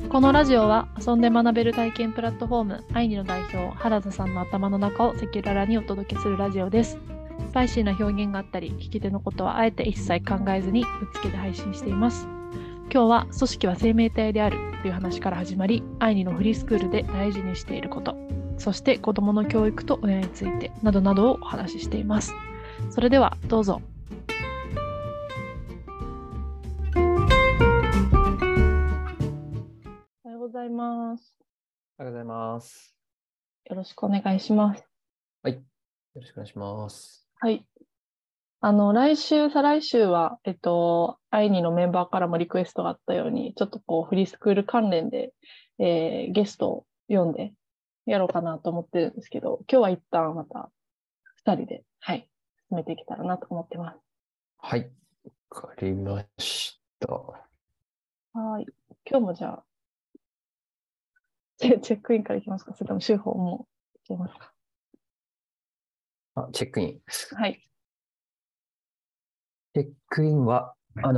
このラジオは遊んで学べる体験プラットフォームアイニの代表原田さんの頭の中を赤裸々にお届けするラジオです。スパイシーな表現があったり聞き手のことはあえて一切考えずにぶっつけで配信しています。今日は組織は生命体であるという話から始まり、アイニのフリースクールで大事にしていること、そして子どもの教育と親についてなどなどをお話ししています。それではどうぞ。おはようございます。 おはようございます。 よろしくお願いします。 はい。よろしくお願いします。 はい。来週、再来週は、アイニのメンバーからもリクエストがあったように、ちょっとフリースクール関連で、ゲストを呼んでやろうかなと思ってるんですけど、今日は一旦また2人で、進めていけたらなと思ってます。 はい。わかりました。 はい。今日もじゃあ、チェックインからいきますか？それとも週報もいきますか？ チェックイン。 はい。 チェックインは、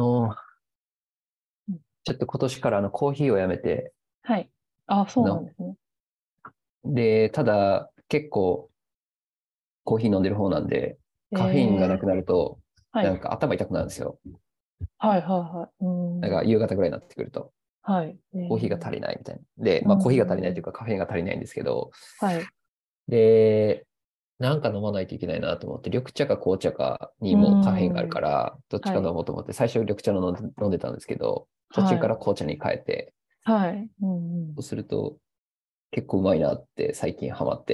ちょっと今年からコーヒーをやめて、 はい。あ、そうなんですね。 で、ただ結構コーヒー飲んでる方なんで、カフェインがなくなると、なんか頭痛くなるんですよ。 はいはいはい。 なんか夕方ぐらいになってくると、 はい。 コーヒーが足りないみたいな。で、コーヒーが足りないというかカフェインが足りないんですけど、 はい。 で、なんか飲まないといけないなと思って、緑茶か紅茶かにもカフェインがあるから、どっちか飲もうと思って、最初緑茶の飲んでたんですけど、途中から紅茶に変えて、そうすると結構うまいなって最近ハマって、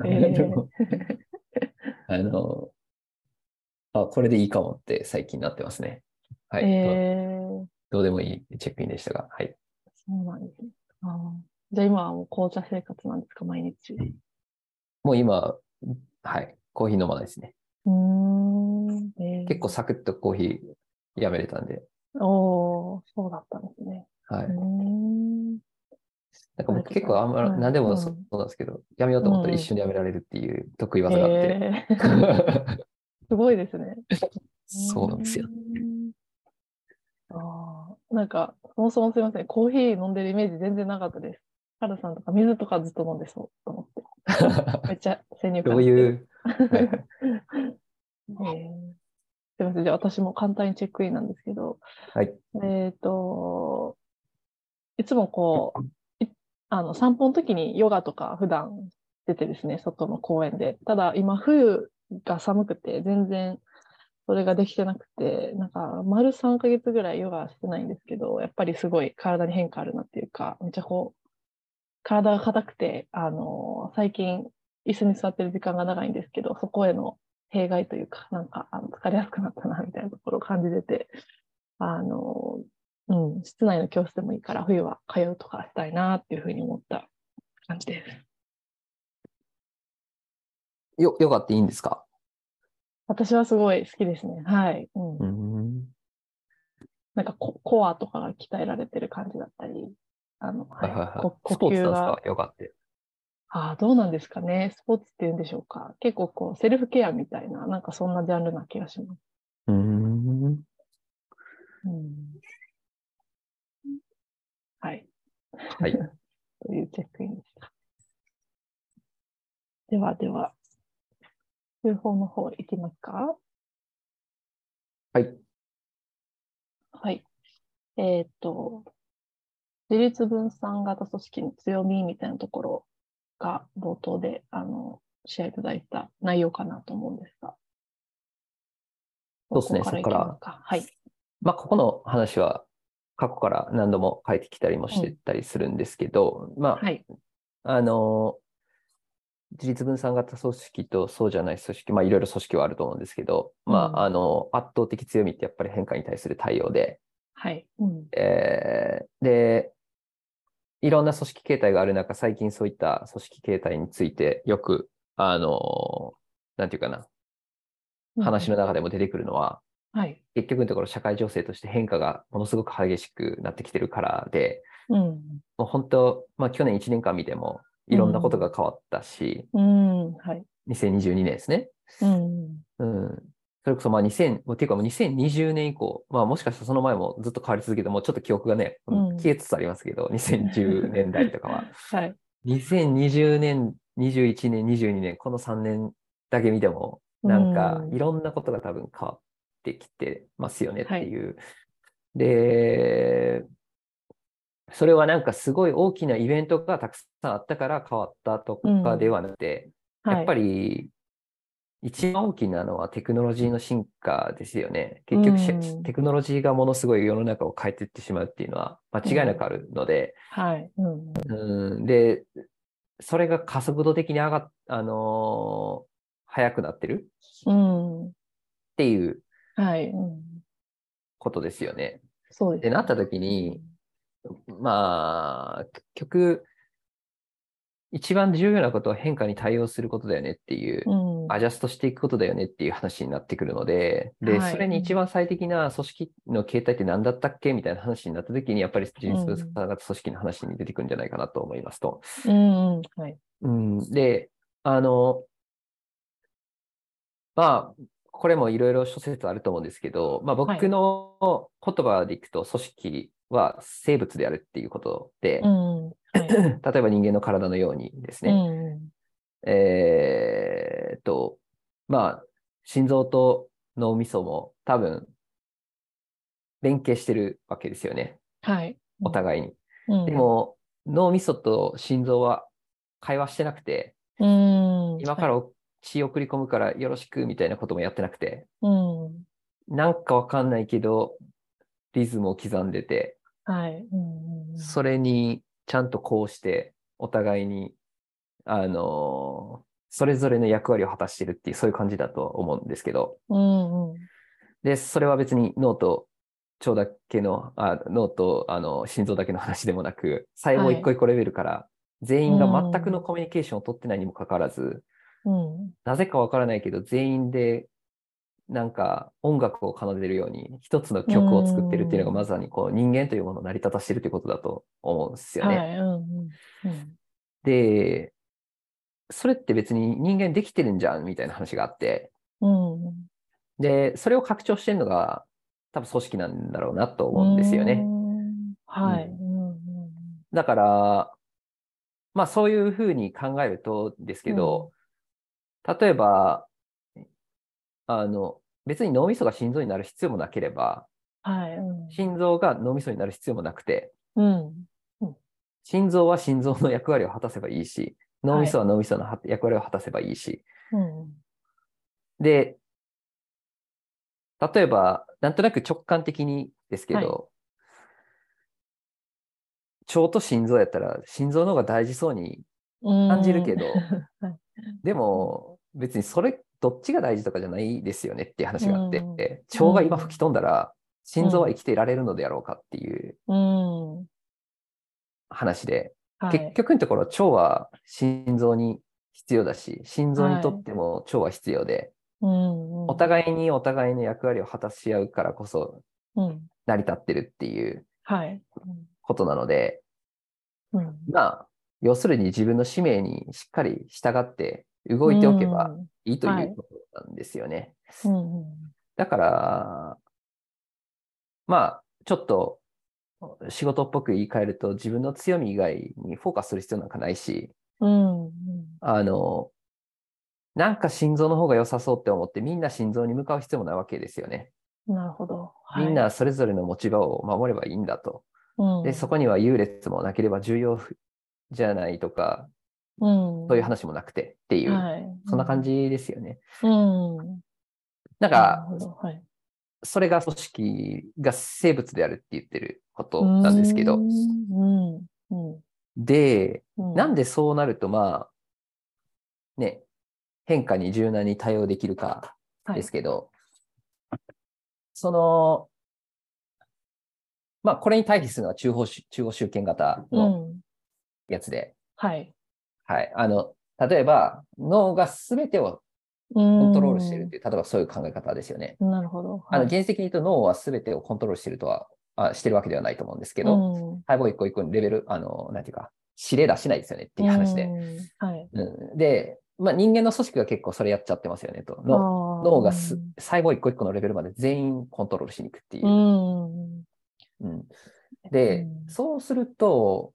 これでいいかもって最近なってますね。はい。どうでもいいチェックインでしたが、はい。 そうなんですね。じゃあ今はもう紅茶生活なんですか、毎日。 もう今、はい、コーヒー飲まないですね。結構サクッとコーヒーやめれたんで。 そうだったんですね。 はい。なんか僕結構何でもそうなんですけど、やめようと思ったら一緒にやめられるっていう得意技があって。 すごいですね。 そうなんですよ。 なんか、そもそもすいません。コーヒー飲んでるイメージ全然なかったです。ハルさんとか水とかずっと飲んでそうと思って。めっちゃ先入観ですけど。すみません。じゃあ私も簡単にチェックインなんですけど、 はい。 いつも散歩の時にヨガとか普段出てですね、外の公園で。ただ今冬が寒くて全然それができてなくて、なんか丸3ヶ月ぐらいヨガしてないんですけど、やっぱりすごい体に変化あるなっていうか、めっちゃ体が硬くて、最近椅子に座ってる時間が長いんですけど、そこへの弊害というか、なんか疲れやすくなったなみたいなところを感じてて、室内の教室でもいいから冬は通うとかしたいなっていうふうに思った感じです。 ヨガっていいんですか？ 私はすごい好きですね。はい。なんかコアとかが鍛えられてる感じだったり、呼スポーツ吸が。 なんですか、ヨガって。 どうなんですかね。スポーツって言うんでしょうか。結構セルフケアみたいな、なんかそんなジャンルな気がします。はい。 はい。 というチェックインでした。では、通報の方いきますか？ はい。 はい。自立分散型組織の強みみたいなところが冒頭で、シェアいただいた内容かなと思うんですが。 そうですね、そこから。 はい。 ここの話は過去から何度も書いてきたりもしてたりするんですけど、 はい。 自立分散型組織とそうじゃない組織、いろいろ組織はあると思うんですけど、圧倒的強みってやっぱり変化に対する対応で、 はい。 で、いろんな組織形態がある中、最近そういった組織形態についてよく、なんていうかな、話の中でも出てくるのは、結局のところ社会情勢として変化がものすごく激しくなってきてるからで、もう本当、去年1年間見てもいろんなことが変わったし、2022年ですね。そそれこそまあ2000、っていうかもう2020年以降、まあもしかしたらその前もずっと変わり続けて、もうちょっと記憶がね、消えつつありますけど、2010年代とかは。 はい。 2020年、21年、22年、この3年だけ見ても、なんかいろんなことが多分変わってきてますよねっていう。で、それはなんかすごい大きなイベントがたくさんあったから変わったとかではなくて、やっぱり一番大きなのはテクノロジーの進化ですよね。結局、テクノロジーがものすごい世の中を変えていってしまうっていうのは間違いなくあるので、で、それが加速度的に速くなってるっていうことですよね。で、なった時に、まあ、結局、一番重要なことは変化に対応することだよねっていう、アジャストしていくことだよねっていう話になってくるので、で、それに一番最適な組織の形態って何だったっけみたいな話になった時に、やっぱり人物分散型組織の話に出てくるんじゃないかなと思いますと。で、まあ、これもいろいろ諸説あると思うんですけど、まあ、僕の言葉でいくと、組織は生物であるっていうことで、例えば人間の体のようにですね、まあ、心臓と脳みそも多分、連携してるわけですよね。お互いに。でも、脳みそと心臓は会話してなくて、今から血を送り込むからよろしくみたいなこともやってなくて、なんかわかんないけど、リズムを刻んでて、それにちゃんとこうして、お互いに、それぞれの役割を果たしてるっていう、そういう感じだと思うんですけど、で、それは別に脳と腸だけの、脳と心臓だけの話でもなく、細胞一個一個レベルから全員が全くのコミュニケーションを取ってないにもかかわらず、なぜかわからないけど、全員でなんか音楽を奏でるように一つの曲を作ってるっていうのがまさにこう人間というものを成り立たせてるということだと思うんですよね。で、それって別に人間できてるんじゃんみたいな話があって、で、それを拡張してるのが多分組織なんだろうなと思うんですよね。だから、まあそういうふうに考えるとですけど、例えば、別に脳みそが心臓になる必要もなければ、心臓が脳みそになる必要もなくて、心臓は心臓の役割を果たせばいいし、脳みそは脳みその役割を果たせばいいし、で、例えば、なんとなく直感的にですけど、腸と心臓やったら心臓の方が大事そうに感じるけど、でも別にそれどっちが大事とかじゃないですよねっていう話があって、腸が今吹き飛んだら心臓は生きていられるのであろうかっていう話で、結局のところ腸は心臓に必要だし、心臓にとっても腸は必要で、お互いにお互いの役割を果たし合うからこそ成り立ってるっていうことなので、まあ、要するに自分の使命にしっかり従って動いておけばいいということなんですよね。だから、まあ、ちょっと仕事っぽく言い換えると自分の強み以外にフォーカスする必要なんかないし、なんか心臓の方が良さそうって思ってみんな心臓に向かう必要もないわけですよね。 なるほど。 みんなそれぞれの持ち場を守ればいいんだと。で、そこには優劣もなければ重要じゃないとか、そういう話もなくてっていう、そんな感じですよね。なんか、それが組織が生物であるって言ってることなんですけど、で、なんでそうなると、まあ、ね、変化に柔軟に対応できるかですけど、まあ、これに対比するのは中央集権型のやつで、はい。例えば、脳が全てをコントロールしているっていう、例えばそういう考え方ですよね。 なるほど。 現実的に言うと脳は全てをコントロールしているとは、してるわけではないと思うんですけど、細胞一個一個にレベル、なんていうか、指令出しないですよねっていう話で。で、まあ、人間の組織が結構それやっちゃってますよねと。 脳が細胞一個一個のレベルまで全員コントロールしに行くっていう。で、そうすると、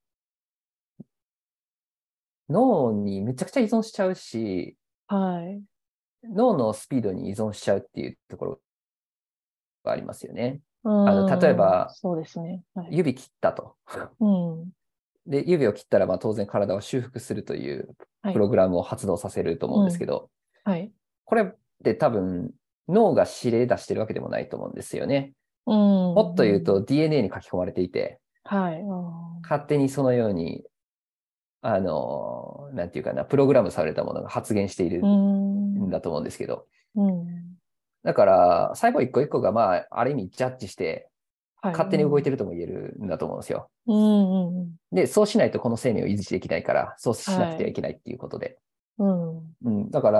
脳にめちゃくちゃ依存しちゃうし、脳のスピードに依存しちゃうっていうところがありますよね。例えば、 そうですね。 指切ったと。で、指を切ったら当然体を修復するというプログラムを発動させると思うんですけど、これって多分脳が指令出してるわけでもないと思うんですよね。もっと言うと DNA に書き込まれていて、勝手にそのように、なんていうかな、プログラムされたものが発現しているんだと思うんですけど、だから細胞一個一個がある意味ジャッジして、勝手に動いてるとも言えるんだと思うんですよ。で、そうしないとこの生命を維持できないから、そうしなくてはいけないっていうことで。だから、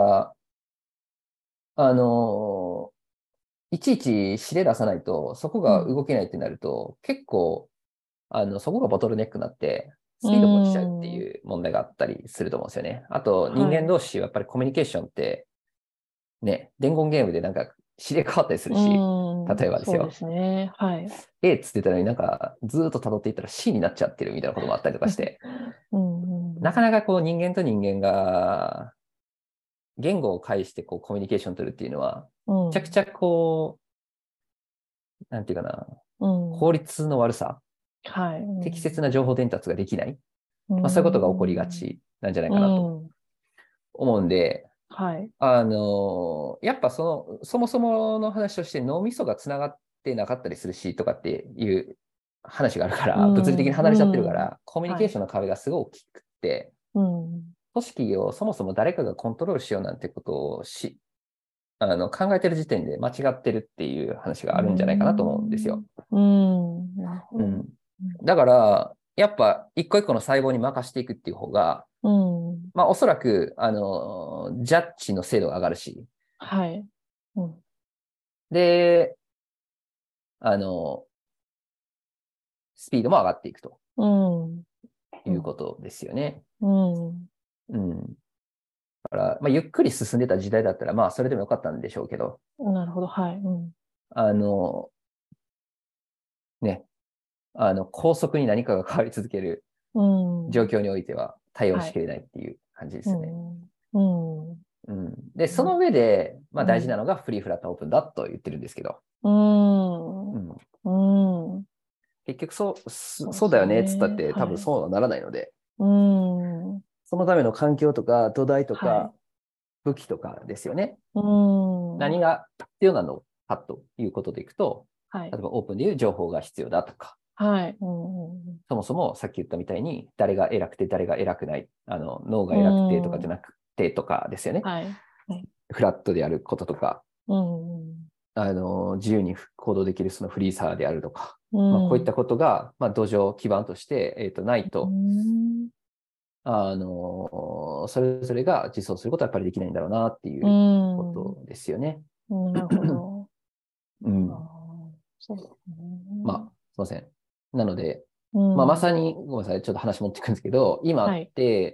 いちいち指令出さないと、そこが動けないってなると、結構、そこがボトルネックになって、スピードも落ちちゃうっていう問題があったりすると思うんですよね。あと、人間同士はやっぱりコミュニケーションって、ね、伝言ゲームでなんか指令変わったりするし、例えばですよ。 そうですね。 A っつってたのになんかずーっと辿っていったら C になっちゃってるみたいなこともあったりとかして、なかなかこう人間と人間が言語を介してこうコミュニケーション取るっていうのは、めちゃくちゃこう、なんていうかな、効率の悪さ、適切な情報伝達ができない、そういうことが起こりがちなんじゃないかなと思うんで、やっぱそもそもの話として脳みそがつながってなかったりするしとかっていう話があるから、物理的に離れちゃってるから、コミュニケーションの壁がすごい大きくて、組織をそもそも誰かがコントロールしようなんてことを考えてる時点で間違ってるっていう話があるんじゃないかなと思うんですよ。だから、やっぱ一個一個の細胞に任していくっていう方が、おそらく、ジャッジの精度が上がるし、で、スピードも上がっていくということですよね。だから、ゆっくり進んでた時代だったら、それでもよかったんでしょうけど、 なるほど、 ね、高速に何かが変わり続ける状況においては対応しきれないっていう感じですよね。で、その上で、大事なのがフリーフラットオープンだと言ってるんですけど、結局そうだよねっつったって多分そうはならないので、そのための環境とか土台とか武器とかですよね。何が必要なのかということでいくと、例えばオープンでいう情報が必要だとか、そもそもさっき言ったみたいに誰が偉くて誰が偉くない、脳が偉くてとかじゃなくてとかですよね。フラットであることとか、自由に行動できるそのフリーさであるとか、こういったことが、土壌基盤として、ないと、それぞれが実装することはやっぱりできないんだろうなっていうことですよね。 なるほど。 すいません。なので、まさに、ごめんなさい、ちょっと話持ってくるんですけど、今って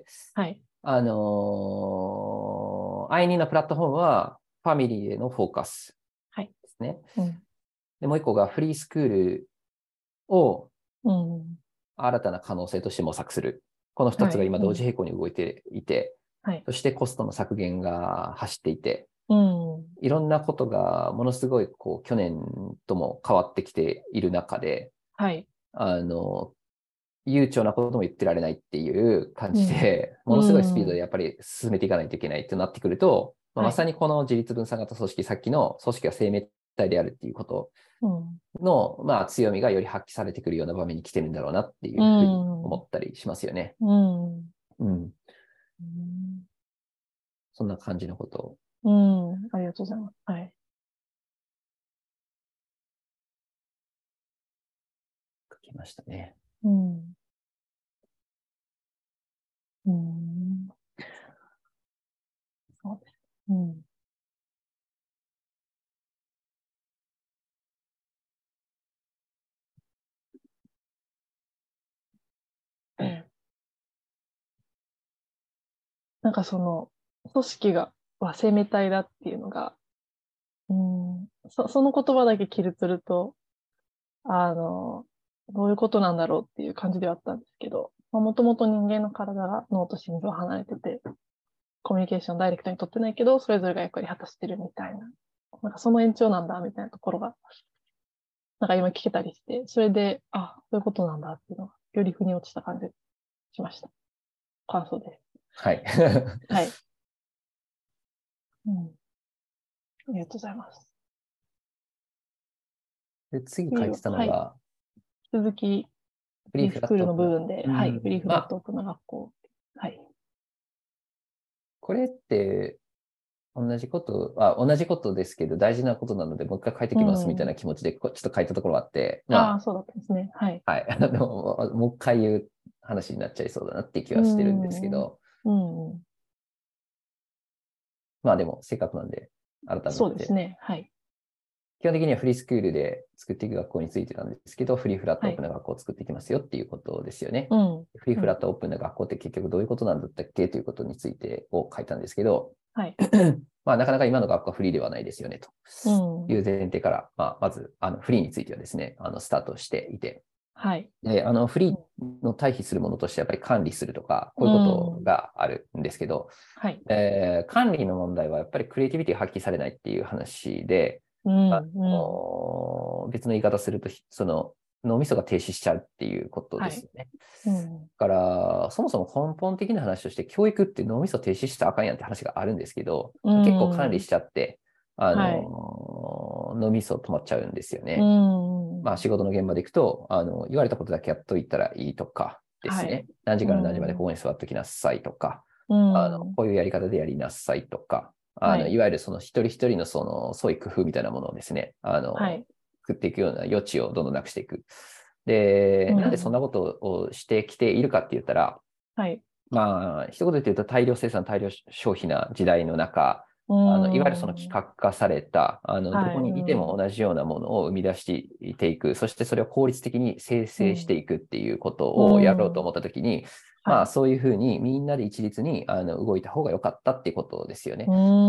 、i2 のプラットフォームは、ファミリーへのフォーカスですね。で、もう一個がフリースクールを新たな可能性として模索する。この2つが今同時並行に動いていて、そしてコストの削減が走っていて、いろんなことがものすごいこう去年とも変わってきている中で、悠長なことも言ってられないっていう感じで、ものすごいスピードでやっぱり進めていかないといけないってなってくると、まさにこの自立分散型組織、さっきの組織が生命体であるっていうことの、強みがより発揮されてくるような場面に来てるんだろうなっていうふうに思ったりしますよね。そんな感じのことを。ありがとうございます。 書きましたね。 そうです。なんかその組織は生命体だっていうのがその言葉だけ切り取ると、どういうことなんだろうっていう感じではあったんですけど、もともと人間の体が脳と心臓離れてて、コミュニケーションダイレクトに取ってないけど、それぞれが役割果たしてるみたいな。なんかその延長なんだみたいなところが、なんか今聞けたりして、それで、そういうことなんだっていうのが、より腑に落ちた感じしました。感想です。 はい。 はい。ありがとうございます。 で、次書いてたのはい。 が、 続き、 フリーフリースクールフラットオープン。 の部分で、はい。フリーフまあ、 ラットオープンな学校。はい。 これって、同じことですけど、大事なことなので、もう一回書いてきますみたいな気持ちで、ちょっと書いたところがあって、 そうだったんですね。はい。 はい。もう一回言う話になっちゃいそうだなって気はしてるんですけど、まあでも、せっかくなんで、改めそうですて。 ね。はい。 基本的にはフリースクールで作っていく学校についてなんですけど、フリーフラットはい。 オープンな学校を作っていきますよっていうことですよね。 フリーフラットオープンな学校って結局どういうことなんだったっけということについてを書いたんですけど、 はい。 まあなかなか今の学校はフリーではないですよねという前提から、まずフリーについてはですね、スタートしていて、 はい。 で、フリーの対比するものとしてやっぱり管理するとか、こういうことがあるんですけど、 はい。 管理の問題はやっぱりクリエイティビティが発揮されないっていう話で、別の言い方すると、その脳みそが停止しちゃうっていうことですよね。だから、そもそも根本的な話として、教育って脳みそ停止したらあかんやんって話があるんですけど、結構管理しちゃって、脳みそ止まっちゃうんですよね。まあ仕事の現場でいくと、言われたことだけやっといたらいいとかですね。何時から何時までここに座っときなさいとか、こういうやり方でやりなさいとか、いわゆるその一人一人のその創意工夫みたいなものをですね、作っていくような余地をどんどんなくしていく。で、なんでそんなことをしてきているかって言ったら、まあ、一言で言うと大量生産、大量消費な時代の中、いわゆるその企画化された、どこにいても同じようなものを生み出していく、そしてそれを効率的に生成していくっていうことをやろうと思ったときに、まあそういうふうにみんなで一律に動いた方が良かったっていうことですよね。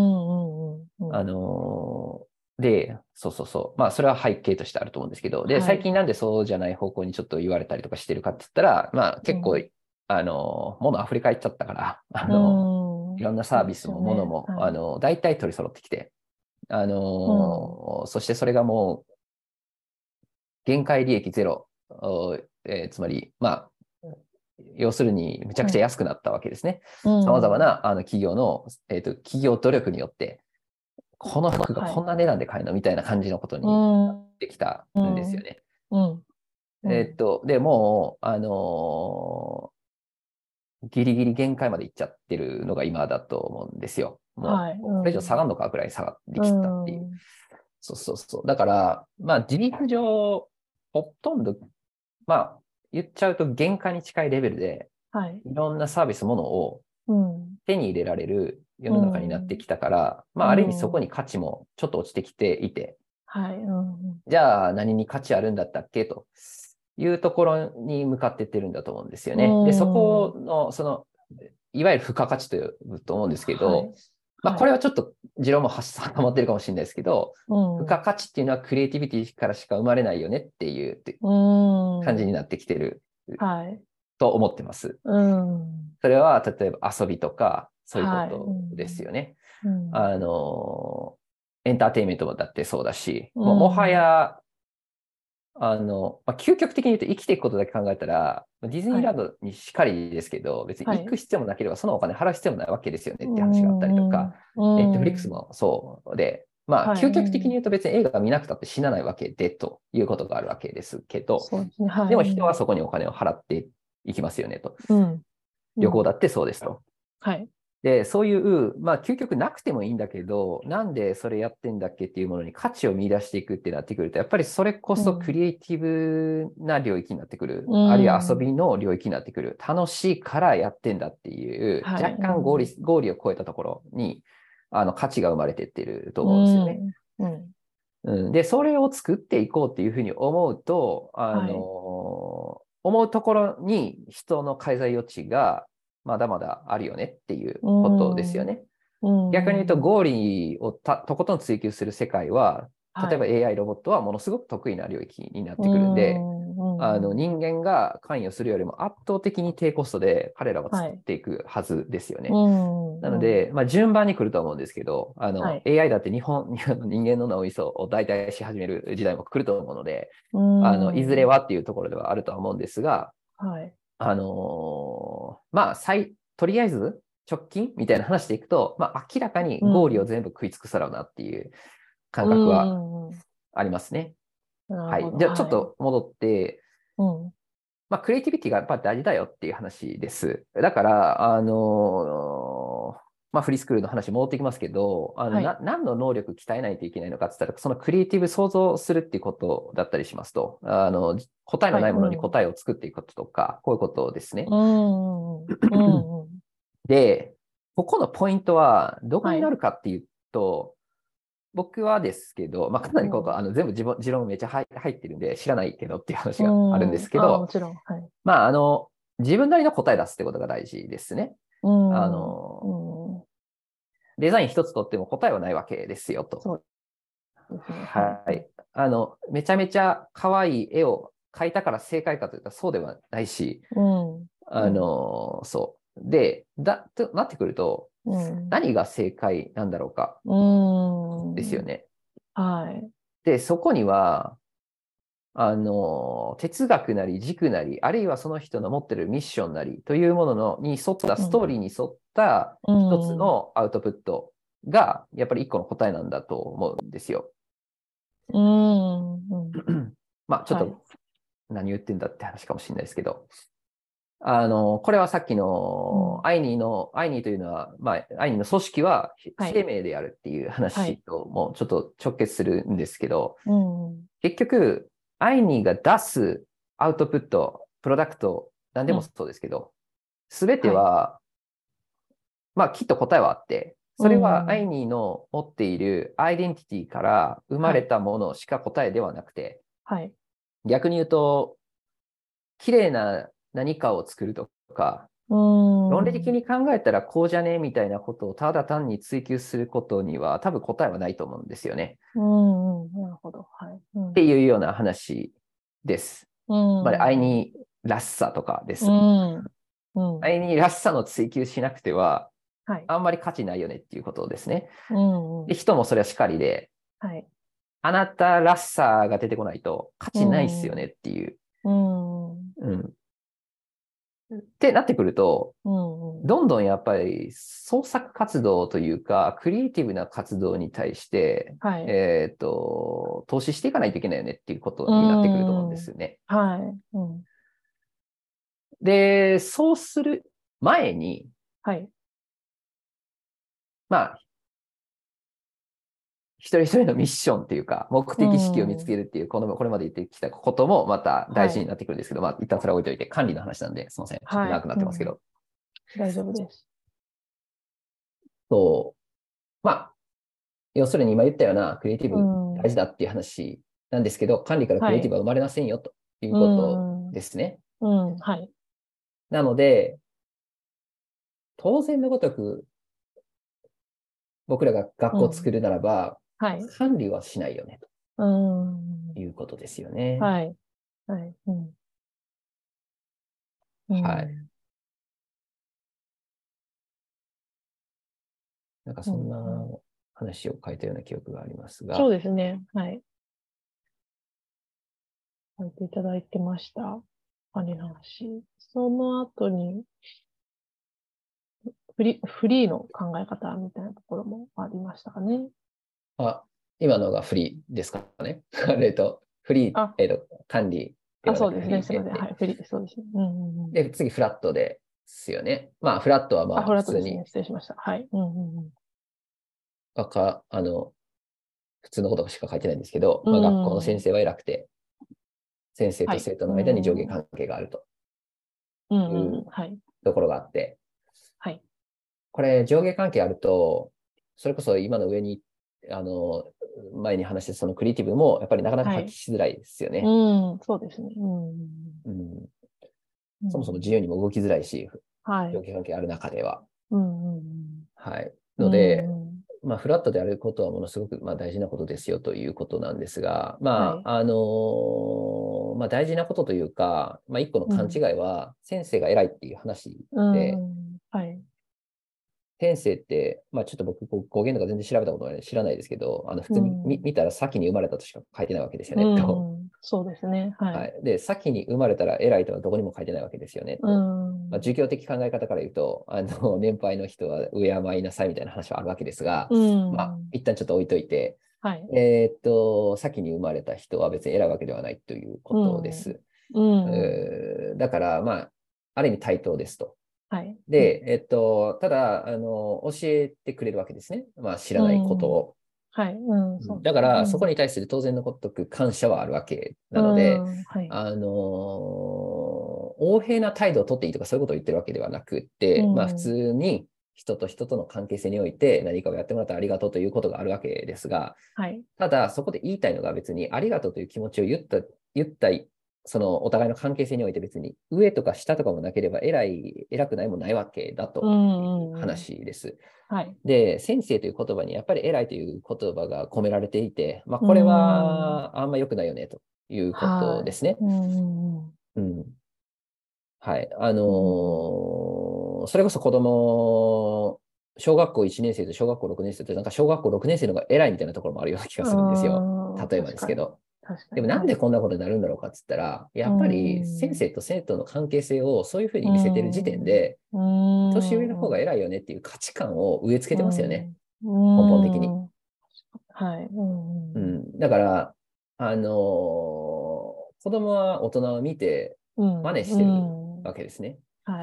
で、まあそれは背景としてあると思うんですけど、で、最近なんでそうじゃない方向にちょっと言われたりとかしてるかって言ったら、まあ結構、物溢れ返っちゃったから、いろんなサービスも物も、大体取り揃ってきて、そしてそれがもう、限界利益ゼロ、つまり、まあ、要するに、むちゃくちゃ安くなったわけですね。様々な企業の、企業努力によって、この服がこんな値段で買えるのみたいな感じのことになってきたんですよね。で、もう、ギリギリ限界まで行っちゃってるのが今だと思うんですよ。もう、これ以上下がるのかぐらい下がってきたっていう。だから、まあ、事実上、ほとんど、まあ、言っちゃうと限界に近いレベルで、いろんなサービスものを手に入れられる世の中になってきたから、まあ、ある意味そこに価値もちょっと落ちてきていて、じゃあ何に価値あるんだったっけというところに向かっていってるんだと思うんですよね。で、そこの、いわゆる付加価値というと思うんですけど、まあ、これはちょっと持論も挟まってるかもしれないですけど、付加価値っていうのはクリエイティビティからしか生まれないよねっていう感じになってきてると思ってます。それは例えば遊びとかそういうことですよね。エンターテインメントだってそうだし、もはや究極的に言うと生きていくことだけ考えたら、ディズニーランドにしかりですけど、別に行く必要もなければ、そのお金払う必要もないわけですよねって話があったりとか、ネットフリックスもそうで、まあ、究極的に言うと別に映画見なくたって死なないわけでということがあるわけですけど、でも人はそこにお金を払っていきますよねと。旅行だってそうですと。で、そういう、まあ、究極なくてもいいんだけど、なんでそれやってんだっけっていうものに価値を見出していくってなってくると、やっぱりそれこそクリエイティブな領域になってくる。あるいは遊びの領域になってくる。楽しいからやってんだっていう、若干合理を超えたところに、価値が生まれていってると思うんですよね。で、それを作っていこうっていうふうに思うと、思うところに人の介在余地がまだまだあるよねっていうことですよね。 逆に言うと合理をとことん追求する世界は、例えば AI ロボットはものすごく得意な領域になってくるんで、人間が関与するよりも圧倒的に低コストで彼らは作っていくはずですよね。なので、順番に来ると思うんですけど、AI だって人間の脳みそを代替し始める時代も来ると思うので、いずれはっていうところではあるとは思うんですが、とりあえず直近みたいな話でいくと、明らかに合理を全部食い尽くさらうなっていう感覚はありますね。はい。じゃあちょっと戻って、クリエイティビティがやっぱり大事だよっていう話です。だから、フリースクールの話戻ってきますけど、何の能力鍛えないといけないのかって言ったら、そのクリエイティブ想像するっていうことだったりしますと、答えのないものに答えを作っていくこととか、こういうことですね。で、ここのポイントはどこになるかっていうと、僕はですけど、かなりここ全部持論めっちゃ入ってるんで知らないけどっていう話があるんですけど、 もちろん、 自分なりの答え出すってことが大事ですね。デザイン一つとっても答えはないわけですよと。 そうですね。 はい。めちゃめちゃ可愛い絵を描いたから正解かといったらそうではないし、そう。で、となってくると、何が正解なんだろうかですよね。で、そこには、哲学なり軸なり、あるいはその人の持ってるミッションなりというものに沿った、ストーリーに沿った一つのアウトプットが、やっぱり一個の答えなんだと思うんですよ。ちょっと何言ってんだって話かもしれないですけど、これはさっきのアイニーというのは、アイニーの組織は生命であるっていう話ともちょっと直結するんですけど、結局、アイニーが出すアウトプット、プロダクト、何でもそうですけど、すべては、きっと答えはあって、それはアイニーの持っているアイデンティティから生まれたものしか答えではなくて、逆に言うと、綺麗な何かを作るとか、論理的に考えたらこうじゃねみたいなことをただ単に追求することには多分答えはないと思うんですよね。 なるほど。 っていうような話です。アイニーらしさとかです。アイニーらしさの追求しなくては、あんまり価値ないよねっていうことですね。で、人もそれはしかりで、あなたらしさが出てこないと価値ないっすよねっていう。ってなってくると、どんどんやっぱり創作活動というか、クリエイティブな活動に対して、投資していかないといけないよねっていうことになってくると思うんですよね。で、そうする前に、一人一人のミッションっていうか、目的意識を見つけるっていう、これまで言ってきたこともまた大事になってくるんですけど、一旦それは置いといて、管理の話なんで、すみません。ちょっと長くなってますけど。 大丈夫です。 要するに今言ったようなクリエイティブ大事だっていう話なんですけど、管理からクリエイティブは生まれませんよということですね。なので、当然のごとく、僕らが学校を作るならば、管理はしないよねということですよね。なんかそんな話を書いたような記憶がありますが。 そうですね。書いていただいてました。管理の話。その後に、フリーの考え方みたいなところもありましたかね。 今のがフリーですかね。フリー、管理。 そうですね。すみません。フリー、そうですね。 で、次、フラットですよね。フラットはフラットですね。失礼しました。 普通のことしか書いてないんですけど、学校の先生は偉くて、先生と生徒の間に上下関係があるというところがあって、これ上下関係あると、それこそ今の上に、前に話したそのクリエイティブもやっぱりなかなか発揮しづらいですよね。 そうですね。 そもそも自由にも動きづらいし、上下関係ある中では。 ので、まあ、フラットであることはものすごく、まあ、大事なことですよということなんですが、まあ、まあ、大事なことというか、まあ、一個の勘違いは、先生が偉いっていう話で、先生って、まあ、ちょっと僕、語源とか全然調べたことない、知らないですけど、普通に見たら先に生まれたとしか書いてないわけですよね、と。 そうですね。 はい。で、先に生まれたら偉いとはどこにも書いてないわけですよね、と。まあ、儒教的考え方から言うと、年配の人は敬いなさいみたいな話はあるわけですが、まあ、一旦ちょっと置いといて、先に生まれた人は別に偉いわけではないということです。だから、まあ、ある意味対等ですと。で、ただ、教えてくれるわけですね。まあ、知らないことを。だから、そこに対する当然のごとく感謝はあるわけなので、横柄な態度をとっていいとかそういうことを言ってるわけではなくって、まあ、普通に人と人との関係性において何かをやってもらったらありがとうということがあるわけですが、ただ、そこで言いたいのが別にありがとうという気持ちを言ったそのお互いの関係性において別に上とか下とかもなければ偉くないもないわけだという話です。で、先生という言葉にやっぱり偉いという言葉が込められていて、まあ、これはあんま良くないよねということですね。はい。それこそ子供、小学校1年生と小学校6年生となんか小学校6年生の方が偉いみたいなところもあるような気がするんですよ。例えばですけど。でもなんでこんなことになるんだろうかって言ったら、やっぱり先生と生徒の関係性をそういうふうに見せてる時点で、年上の方が偉いよねっていう価値観を植え付けてますよね。根本的に。だから、子供は大人を見て真似してるわけですね。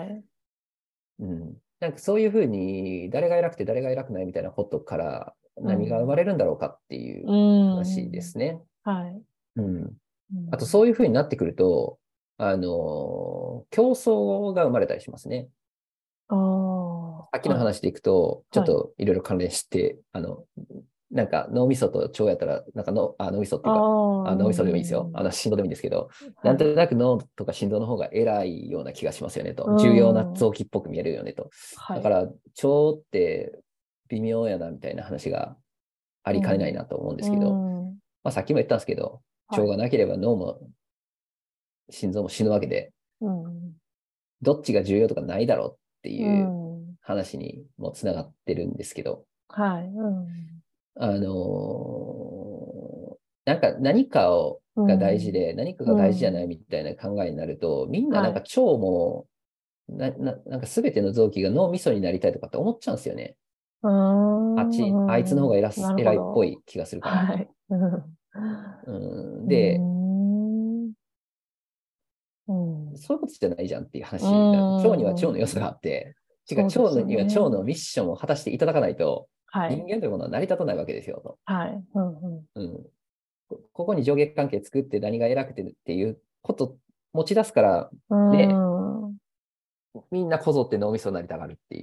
なんかそういうふうに誰が偉くて誰が偉くないみたいなことから何が生まれるんだろうかっていう話ですね。あとそういうふうになってくると、競争が生まれたりしますね。さっきの話でいくと、ちょっといろいろ関連して、なんか脳みそと腸やったら、なんか脳みそっていうか、脳みそでもいいですよ。心臓でもいいんですけど、なんとなく脳とか心臓の方が偉いような気がしますよねと。重要な臓器っぽく見えるよねと。だから、腸って微妙やなみたいな話がありかねないなと思うんですけど、まあ、さっきも言ったんですけど、腸がなければ脳も心臓も死ぬわけで、どっちが重要とかないだろうっていう話にもつながってるんですけど、なんか何かが大事で、何かが大事じゃないみたいな考えになると、みんななんか腸も、なんか全ての臓器が脳みそになりたいとかって思っちゃうんですよね。あいつの方が偉いっぽい気がするから。で、そういうことじゃないじゃんっていう話。腸には腸の良さがあって、腸には腸のミッションを果たしていただかないと、人間というものは成り立たないわけですよと。ここに上下関係作って何が偉くてっていうこと持ち出すから、ね、みんなこぞって脳みそになりたがるっていう。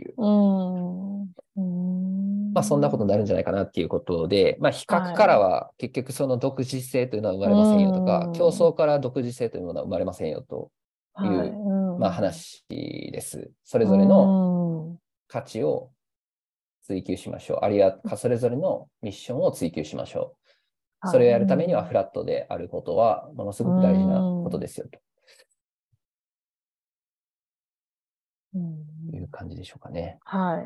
まあそんなことになるんじゃないかなっていうことで、まあ比較からは結局その独自性というのは生まれませんよとか、競争から独自性というものは生まれませんよという、まあ話です。それぞれの価値を追求しましょう。あるいはそれぞれのミッションを追求しましょう。それをやるためにはフラットであることはものすごく大事なことですよという感じでしょうかね。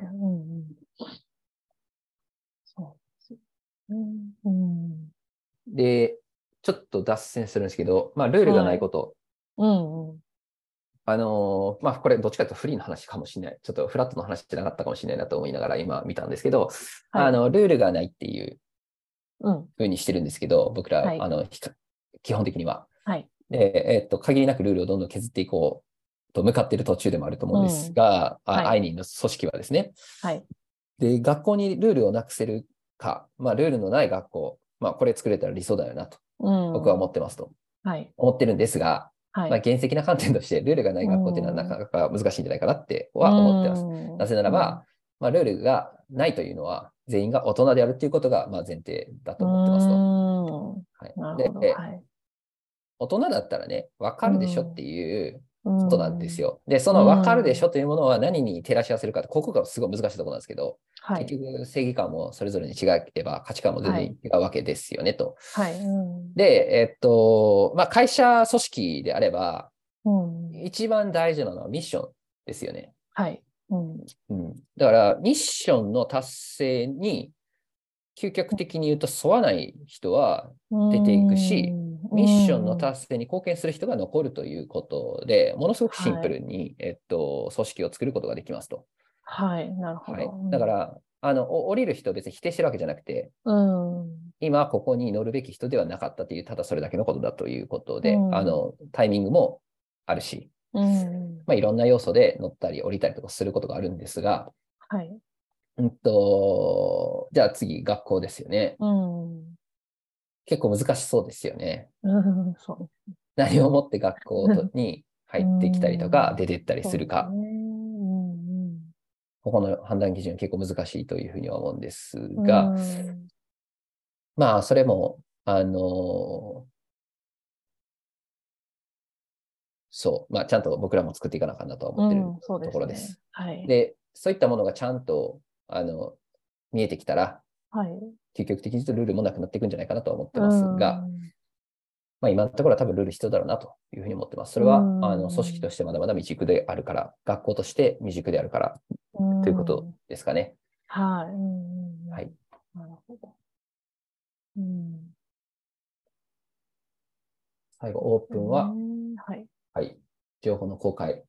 で、ちょっと脱線するんですけど、まあルールがないこと。まあこれどっちかというとフリーの話かもしれない。ちょっとフラットの話じゃなかったかもしれないなと思いながら今見たんですけど、ルールがないっていうふうにしてるんですけど、僕ら、基本的には。で、限りなくルールをどんどん削っていこうと向かっている途中でもあると思うんですが、アイニーの組織はですね。で、学校にルールをなくせるか、まあ、ルールのない学校、まあ、これ作れたら理想だよなと、僕は思ってますと。思ってるんですが、まあ、原石な観点として、ルールがない学校っていうのはなかなか難しいんじゃないかなっては思ってます。なぜならば、まあ、ルールがないというのは、全員が大人であるということがまあ前提だと思ってますと。で、大人だったらね、わかるでしょっていうことなんですよ。で、その分かるでしょというものは何に照らし合わせるかって、ここがすごい難しいところなんですけど、 はい。 結局正義感もそれぞれに違えば価値観も全然違うわけですよねと。 はい。 で、まあ、会社組織であれば、 うん。 一番大事なのはミッションですよね。 はい。うん。 だから、ミッションの達成に、究極的に言うと沿わない人は出ていくし、ミッションの達成に貢献する人が残るということで、ものすごくシンプルに、組織を作ることができますと。 はい。なるほはい。 ど。 だから、降りる人を別に否定してるわけじゃなくて、今ここに乗るべき人ではなかったという、ただそれだけのことだということで、タイミングもあるし、まあ、いろんな要素で乗ったり降りたりとかすることがあるんですが、 はい。 じゃあ次、学校ですよね。結構難しそうですよね。 そう。 何をもって学校に入ってきたりとか、出てったりするか。ここの判断基準は結構難しいというふうには思うんですが、まあ、それも、そう、まあ、ちゃんと僕らも作っていかなあかんなとは思ってるところです。で、そういったものがちゃんと、見えてきたら、究極的に言うとルールもなくなっていくんじゃないかなとは思ってますが、まあ、今のところは多分ルール必要だろうなというふうに思ってます。それは、組織としてまだまだ未熟であるから、学校として未熟であるから、ということですかね。 はい。なるほど。 最後、オープンは、はい、情報の公開。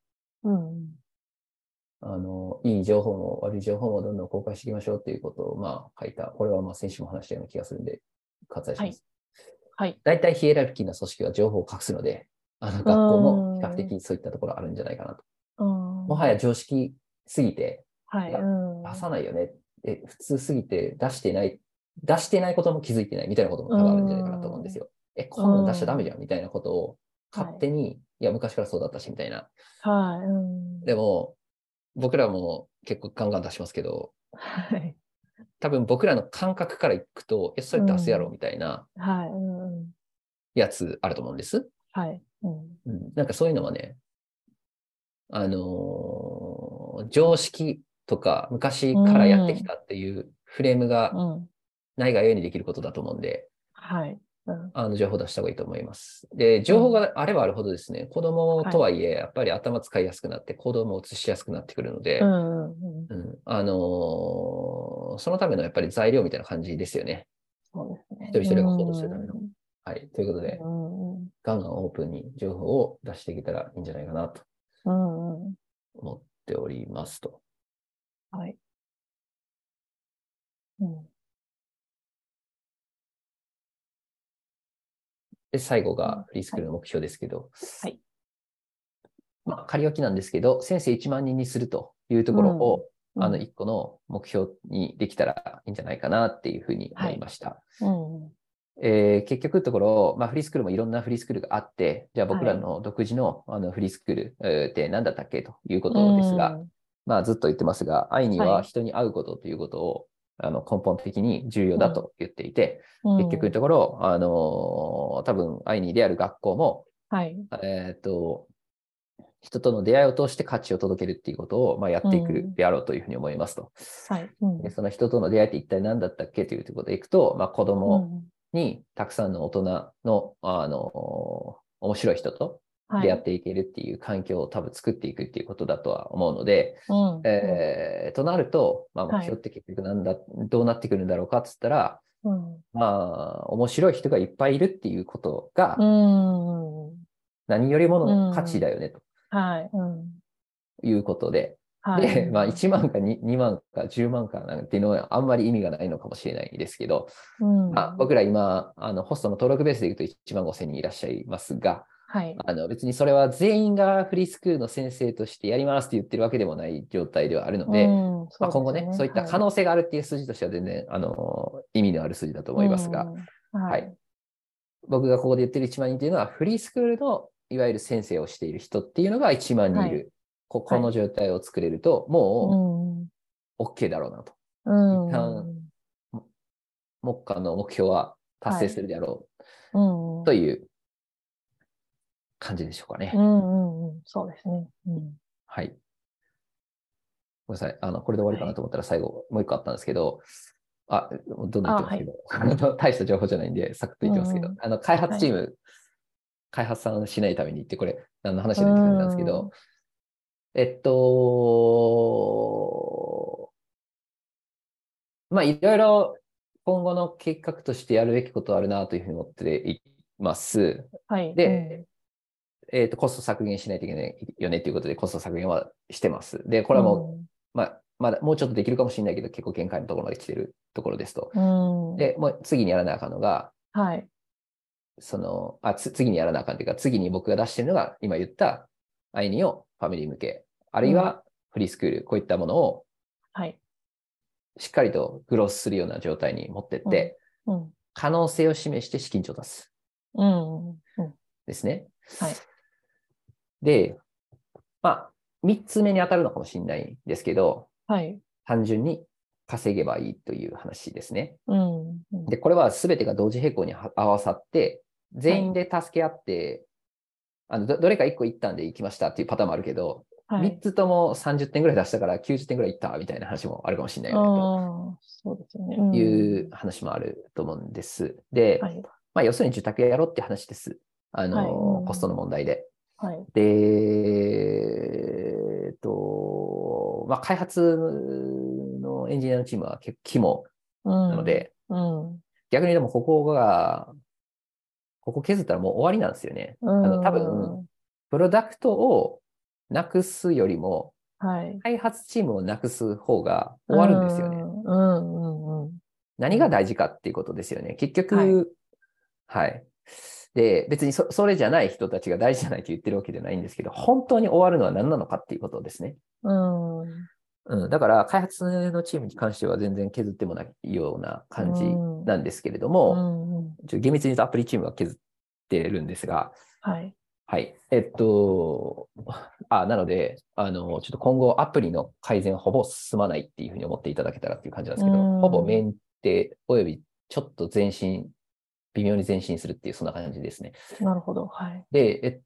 いい情報も悪い情報もどんどん公開していきましょうということを、まあ、書いた。これはまあ先週も話したような気がするんで、割愛します。大体ヒエラルキーな組織は情報を隠すので、学校も比較的そういったところあるんじゃないかなと。もはや常識すぎて、出さないよね。普通すぎて出してないことも気づいてないみたいなことも多分あるんじゃないかなと思うんですよ。こんなん出しちゃダメじゃんみたいなことを勝手に、いや、昔からそうだったしみたいな。でも、僕らも結構ガンガン出しますけど、多分僕らの感覚からいくと、それ出すやろみたいなやつあると思うんです。なんかそういうのはね、常識とか昔からやってきたっていうフレームがないがゆえにできることだと思うんで、情報出した方がいいと思います。で、情報があればあるほどですね、子供とはいえ、やっぱり頭使いやすくなって、行動も移しやすくなってくるので、そのためのやっぱり材料みたいな感じですよね。一人一人が行動するための。はい。ということで、ガンガンオープンに情報を出していけたらいいんじゃないかなと思っておりますと。 はい。 で、最後がフリースクールの目標ですけど、まあ、仮置きなんですけど、先生1万人にするというところを、1個の目標にできたらいいんじゃないかなっていうふうに思いました。結局のところ、まあ、フリースクールもいろんなフリースクールがあって、じゃあ僕らの独自の、フリースクールって何だったっけということですが、まあ、ずっと言ってますが、愛には人に会うことということを、根本的に重要だと言っていて、結局のところ、多分愛にである学校も、人との出会いを通して価値を届けるっていうことを、まあ、やっていくであろうというふうに思いますと。でその人との出会いって一体何だったっけということでいくと、まあ、子供にたくさんの大人の、面白い人と出会っていけるっていう環境を多分作っていくっていうことだとは思うので、となると、まあ、目標って結局どうなってくるんだろうかっつったら、まあ、面白い人がいっぱいいるっていうことが、何よりもの価値だよねと。いうことで。で、まあ、1万か 2万か10万かなんていうのはあんまり意味がないのかもしれないですけど、まあ、僕ら今、ホストの登録ベースでいくと1万5千人いらっしゃいますが、別にそれは全員がフリースクールの先生としてやりますって言ってるわけでもない状態ではあるので、まあ、今後ね、そういった可能性があるっていう数字としては全然、意味のある数字だと思いますが、はい。僕がここで言ってる1万人っていうのは、フリースクールのいわゆる先生をしている人っていうのが1万人いる。この状態を作れると、もう OK だろうなと。一旦、目下の目標は達成するであろうという感じでしょうかね。 そうですね。 はい。ごめんなさい。これで終わりかなと思ったら最後、もう一個あったんですけど、どんどん言ってますけど、大した情報じゃないんで、サクッと言ってますけど、開発チーム、開発さんしないためにって、これ、何の話だって感じなんですけど、まあ、いろいろ今後の計画としてやるべきことあるなというふうに思っています。で、コスト削減しないといけないよねということで、コスト削減はしてます。で、これはもう、まだもうちょっとできるかもしれないけど、結構限界のところまで来てるところですと。で、もう次にやらなあかんのが、次にやらなあかんというか、次に僕が出してるのが、今言ったアイニをファミリー向け、あるいはフリースクール、こういったものを、しっかりとグロスするような状態に持ってって、可能性を示して資金調達ですね。で、3つ目に当たるのかもしれないんですけど、単純に稼げばいいという話ですね。で、これは全てが同時並行に合わさって、全員で助け合って、どれか1個いったんで行きましたっていうパターンもあるけど、3つとも30点ぐらい出したから90点ぐらいいったみたいな話もあるかもしれないよね、という話もあると思うんです。で、要するに受託やろうって話です。コストの問題で。で、開発のエンジニアのチームは結構肝なので、逆にでもここ削ったらもう終わりなんですよね。多分、プロダクトをなくすよりも、開発チームをなくす方が終わるんですよね。何が大事かっていうことですよね。結局、で、別にそれじゃない人たちが大事じゃないと言ってるわけじゃないんですけど、本当に終わるのは何なのかっていうことですね。だから、開発のチームに関しては全然削ってもないような感じなんですけれども、厳密に言うとアプリチームは削ってるんですが、なので、ちょっと今後アプリの改善ほぼ進まないっていうふうに思っていただけたらっていう感じなんですけど、ほぼメンテおよびちょっと微妙に前進するっていう、そんな感じですね。 なるほど。 で、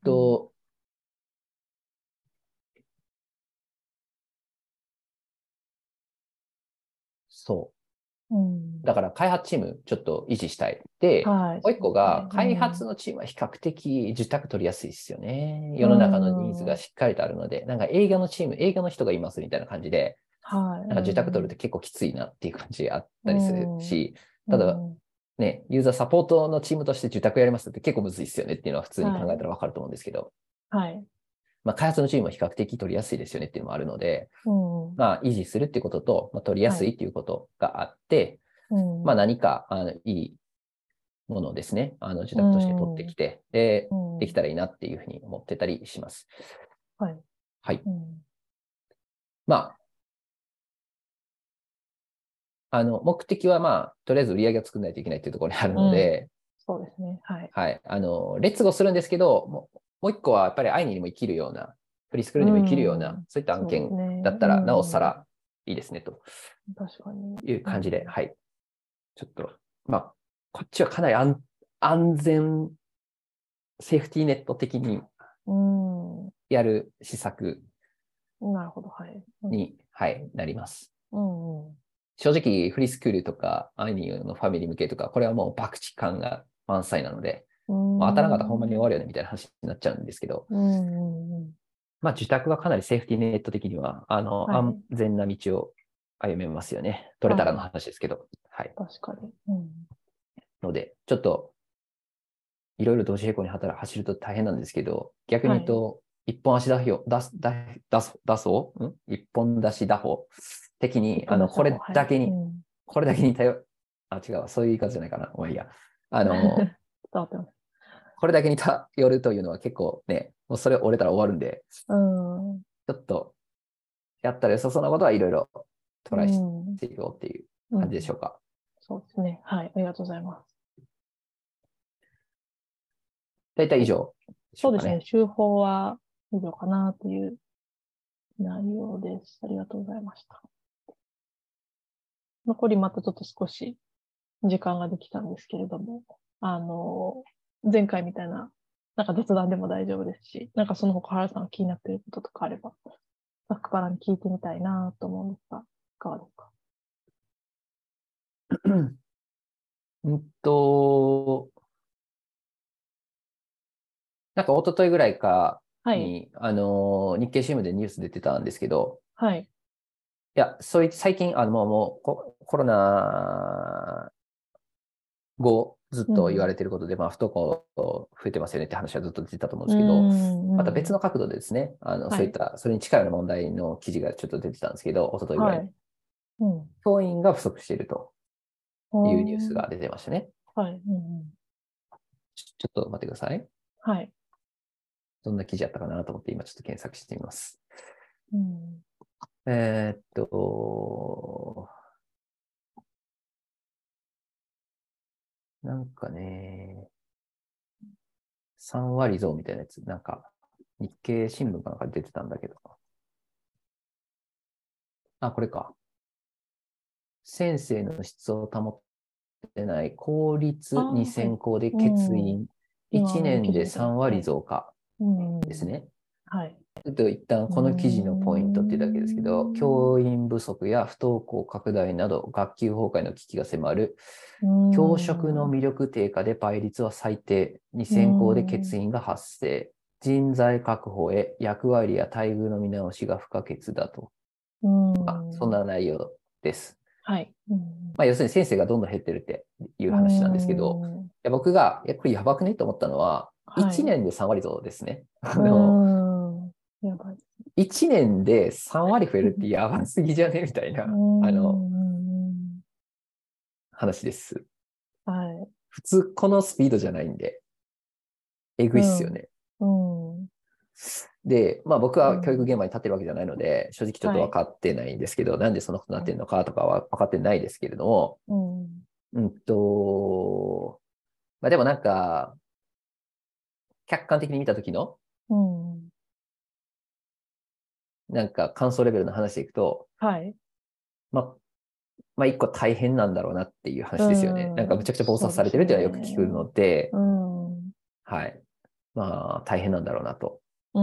だから開発チームちょっと維持したい。で、もう一個が開発のチームは比較的受託取りやすいですよね。世の中のニーズがしっかりとあるので、なんか営業のチーム、営業の人がいますみたいな感じで、なんか受託取るって結構きついなっていう感じあったりするし、ただ、ね、ユーザーサポートのチームとして受託やりますって結構むずいですよねっていうのは普通に考えたらわかると思うんですけど、開発のチームは比較的取りやすいですよねっていうのもあるので、維持するっていうことと、取りやすいっていうことがあって、何かいいものをですね、受託として取ってきて、できたらいいなっていうふうに思ってたりします。目的はとりあえず売り上げを作らないといけないっていうところにあるので、 そうですね。 劣後するんですけど、もう一個はやっぱりアイニーにも生きるような、フリースクールにも生きるような、そういった案件だったら、なおさらいいですね、という感じで、ちょっと、こっちはかなり安全、セーフティーネット的にやる施策に、なります。正直、フリースクールとか、アイニーのファミリー向けとか、これはもう博打感が満載なので、当たらなかったらほんまに終わるよねみたいな話になっちゃうんですけど、受託はかなりセーフティーネット的には、安全な道を歩めますよね。取れたらの話ですけど。 確かに。 ので、ちょっと、いろいろ同時並行に走ると大変なんですけど、逆に言うと、一本足一本出し打法的に、これだけに違う、そういう言い方じゃないかな。もういいや。これだけに頼るというのは結構ね、もうそれ折れたら終わるんで、ちょっと、やったら良さそうなことはいろいろトライしていこうっていう感じでしょうか。 そうですね。ありがとうございます。 大体以上、 そうですね。手法は以上かなという内容です。ありがとうございました。残りまたちょっと少し時間ができたんですけれども、前回みたいななんか雑談でも大丈夫ですし、なんかその他原さんが気になっていることとかあれば、ざっくばらんに聞いてみたいなと思うんですが、いかがですか？ うんと、なんか一昨日ぐらいかはい。 に、日経新聞でニュース出てたんですけど、 はい。 いや、最近、もうコロナ後、ずっと言わうん。 れていることで、まあ、不登校増えてますよねって話はずっと出てたと思うんでうすけど、 ん。 またうん。 別の角度でですね、 はい。 そういった、それに近いような問題の記事がちょっと出てたんですけど、一昨日ぐらいに。 はい。うん。 教員が不足しているというニュースおー。 が出てましたね。 はい。うん。 ちょっと待ってください。 はい。 どんな記事やったかなと思って今ちょっと検索してみます。 うん。 えーっと、なんかね、3割増みたいなやつ、なんか日経新聞かなんか出てたんだけど。あ、これか。先生の質を保ってない公ああ、 立にはい。 専攻でうん。 欠員。1 今の記年で事見てま 3 す。はい。 割増加うん。 ですね。 はい。 ちょっと一旦うーこの記事のポイントっていうだけですけど、 ん。 教員不足や不登校拡大など学級崩壊の危機が迫る。 うー教職のん。 魅力低下で倍率は最低。にうー専攻で欠ん。 員が発生。人材確保へ役割や待遇の見直しが不可欠だと。 うーそんなん。 内容です。 はい。うん。 まあ、要するに先生がどんどん減ってるっていううー話なんですけど、 ん。 僕が、これやばくねと思ったのは、1 はい。 年で3割増ですね。 うーん。やばい。 1年で3割増えるってやばすぎじゃねみたいうーな、 ん。 話です。 はい。 普通このスピードじゃないんで、えぐいっすようん。 ね。 うん。 で、まあ僕は教育うん。 現場に立ってるわけじゃないので、正直ちょっとはい。 分かってないんですけど、なんでそんなことになってるのかとかは分かってないですけれども、 うん。 まあでもなんか、客観的に見たときの、 うん。 なんか感想レベルの話でいくと、 はい。 まあ、まあ一個大変なんだろうなっていうう話ですよね。なんかむん。 ちゃくちゃ忙殺されてそうでするっていうのはよく聞くね。 ので、 うん。 はい。まあ大変なんだろうなと。 うん。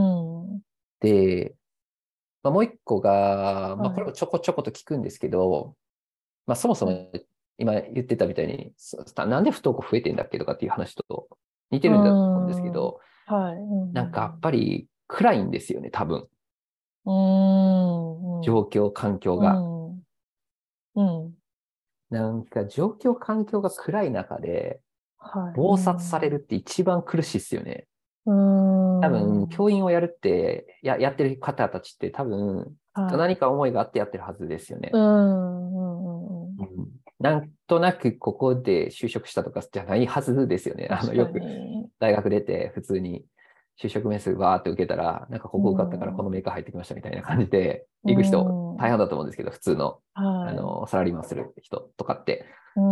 で、まあ、もう一個が、まあこれはい。 もちょこちょこと聞くんですけど、まあそもそはい。 も今言ってたみたいに、なんで不登校増えてんだっけとかっていう話と似てうるんだと思うんですけん。 ど、 はい。うなんかやっん。 ぱり暗いんですよね、多分。 うん。うん。 状況、環境うが。 ん。うん。 なんか状況、環境が暗い中で、 はい。う忙殺されるっん。 て一番苦しいっすよね。 う多分、 ん。 教員をやるって、やってる方たちって多分、きっとはい。 何か思いがあってやってるはずですよね。 うん。うん。うん。 うん、なんとなくここで就職したとかじゃないはずですよね。 確かよくに。 大学出て普通に就職面接バーって受けたら、なんかこうこ受かったからこのん。 メーカー入ってきましたみたいな感じでう行く人大ん。 半だと思うんですけど、普通の、 はい。 サラリーマンする人とかって。 うん。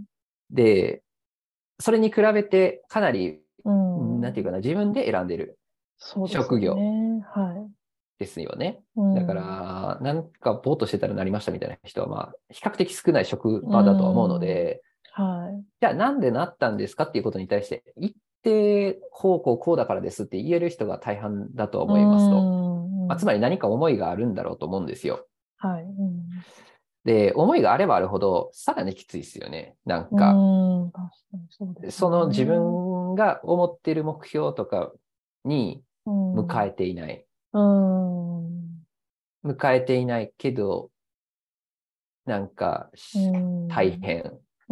で、それに比べてかなり、 うなんていうかん。 な、自分で選んでるそうですよ職業ね。はですよね。 い。うだかん。 ら、なんかぼーっとしてたらなりましたみたいな人は、まあ、比較的少ない職う場だとは思うのん。 で、 はい。 じゃあなんでなったんですかっていうことに対して、一定こうこうこうだからですって言える人が大半だとう思いますと。 ん。 まあ、つまり何か思いがあるんだろうと思うんですよ。 はい。うん。 で、思いがあればあるほど、さらにきついですよね。なんうか、 ん。確かにそうですその自ね。 分が思っている目標とかにうん。 迎えていない。 うん。 迎えていないけど、なんかうん。 大変。 うん。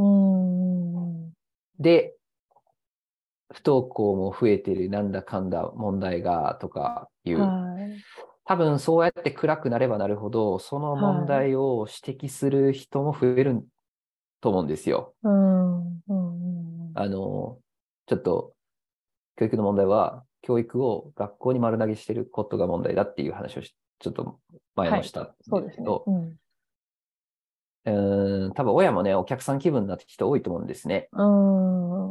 で、不登校も増えてる、なんだかんだ問題がとかいう。 はい。 多分そうやって暗くなればなるほど、その問はい。 題を指摘する人も増えると思うんですよ。 うん。うん。 ちょっと教育の問題は、教育を学校に丸投げしてることが問題だっていう話をちょっと前はい。 もしたんそうですね。 ですけど、 うん。 多分親もね、お客さん気分になって人多いと思うんですね。 うん。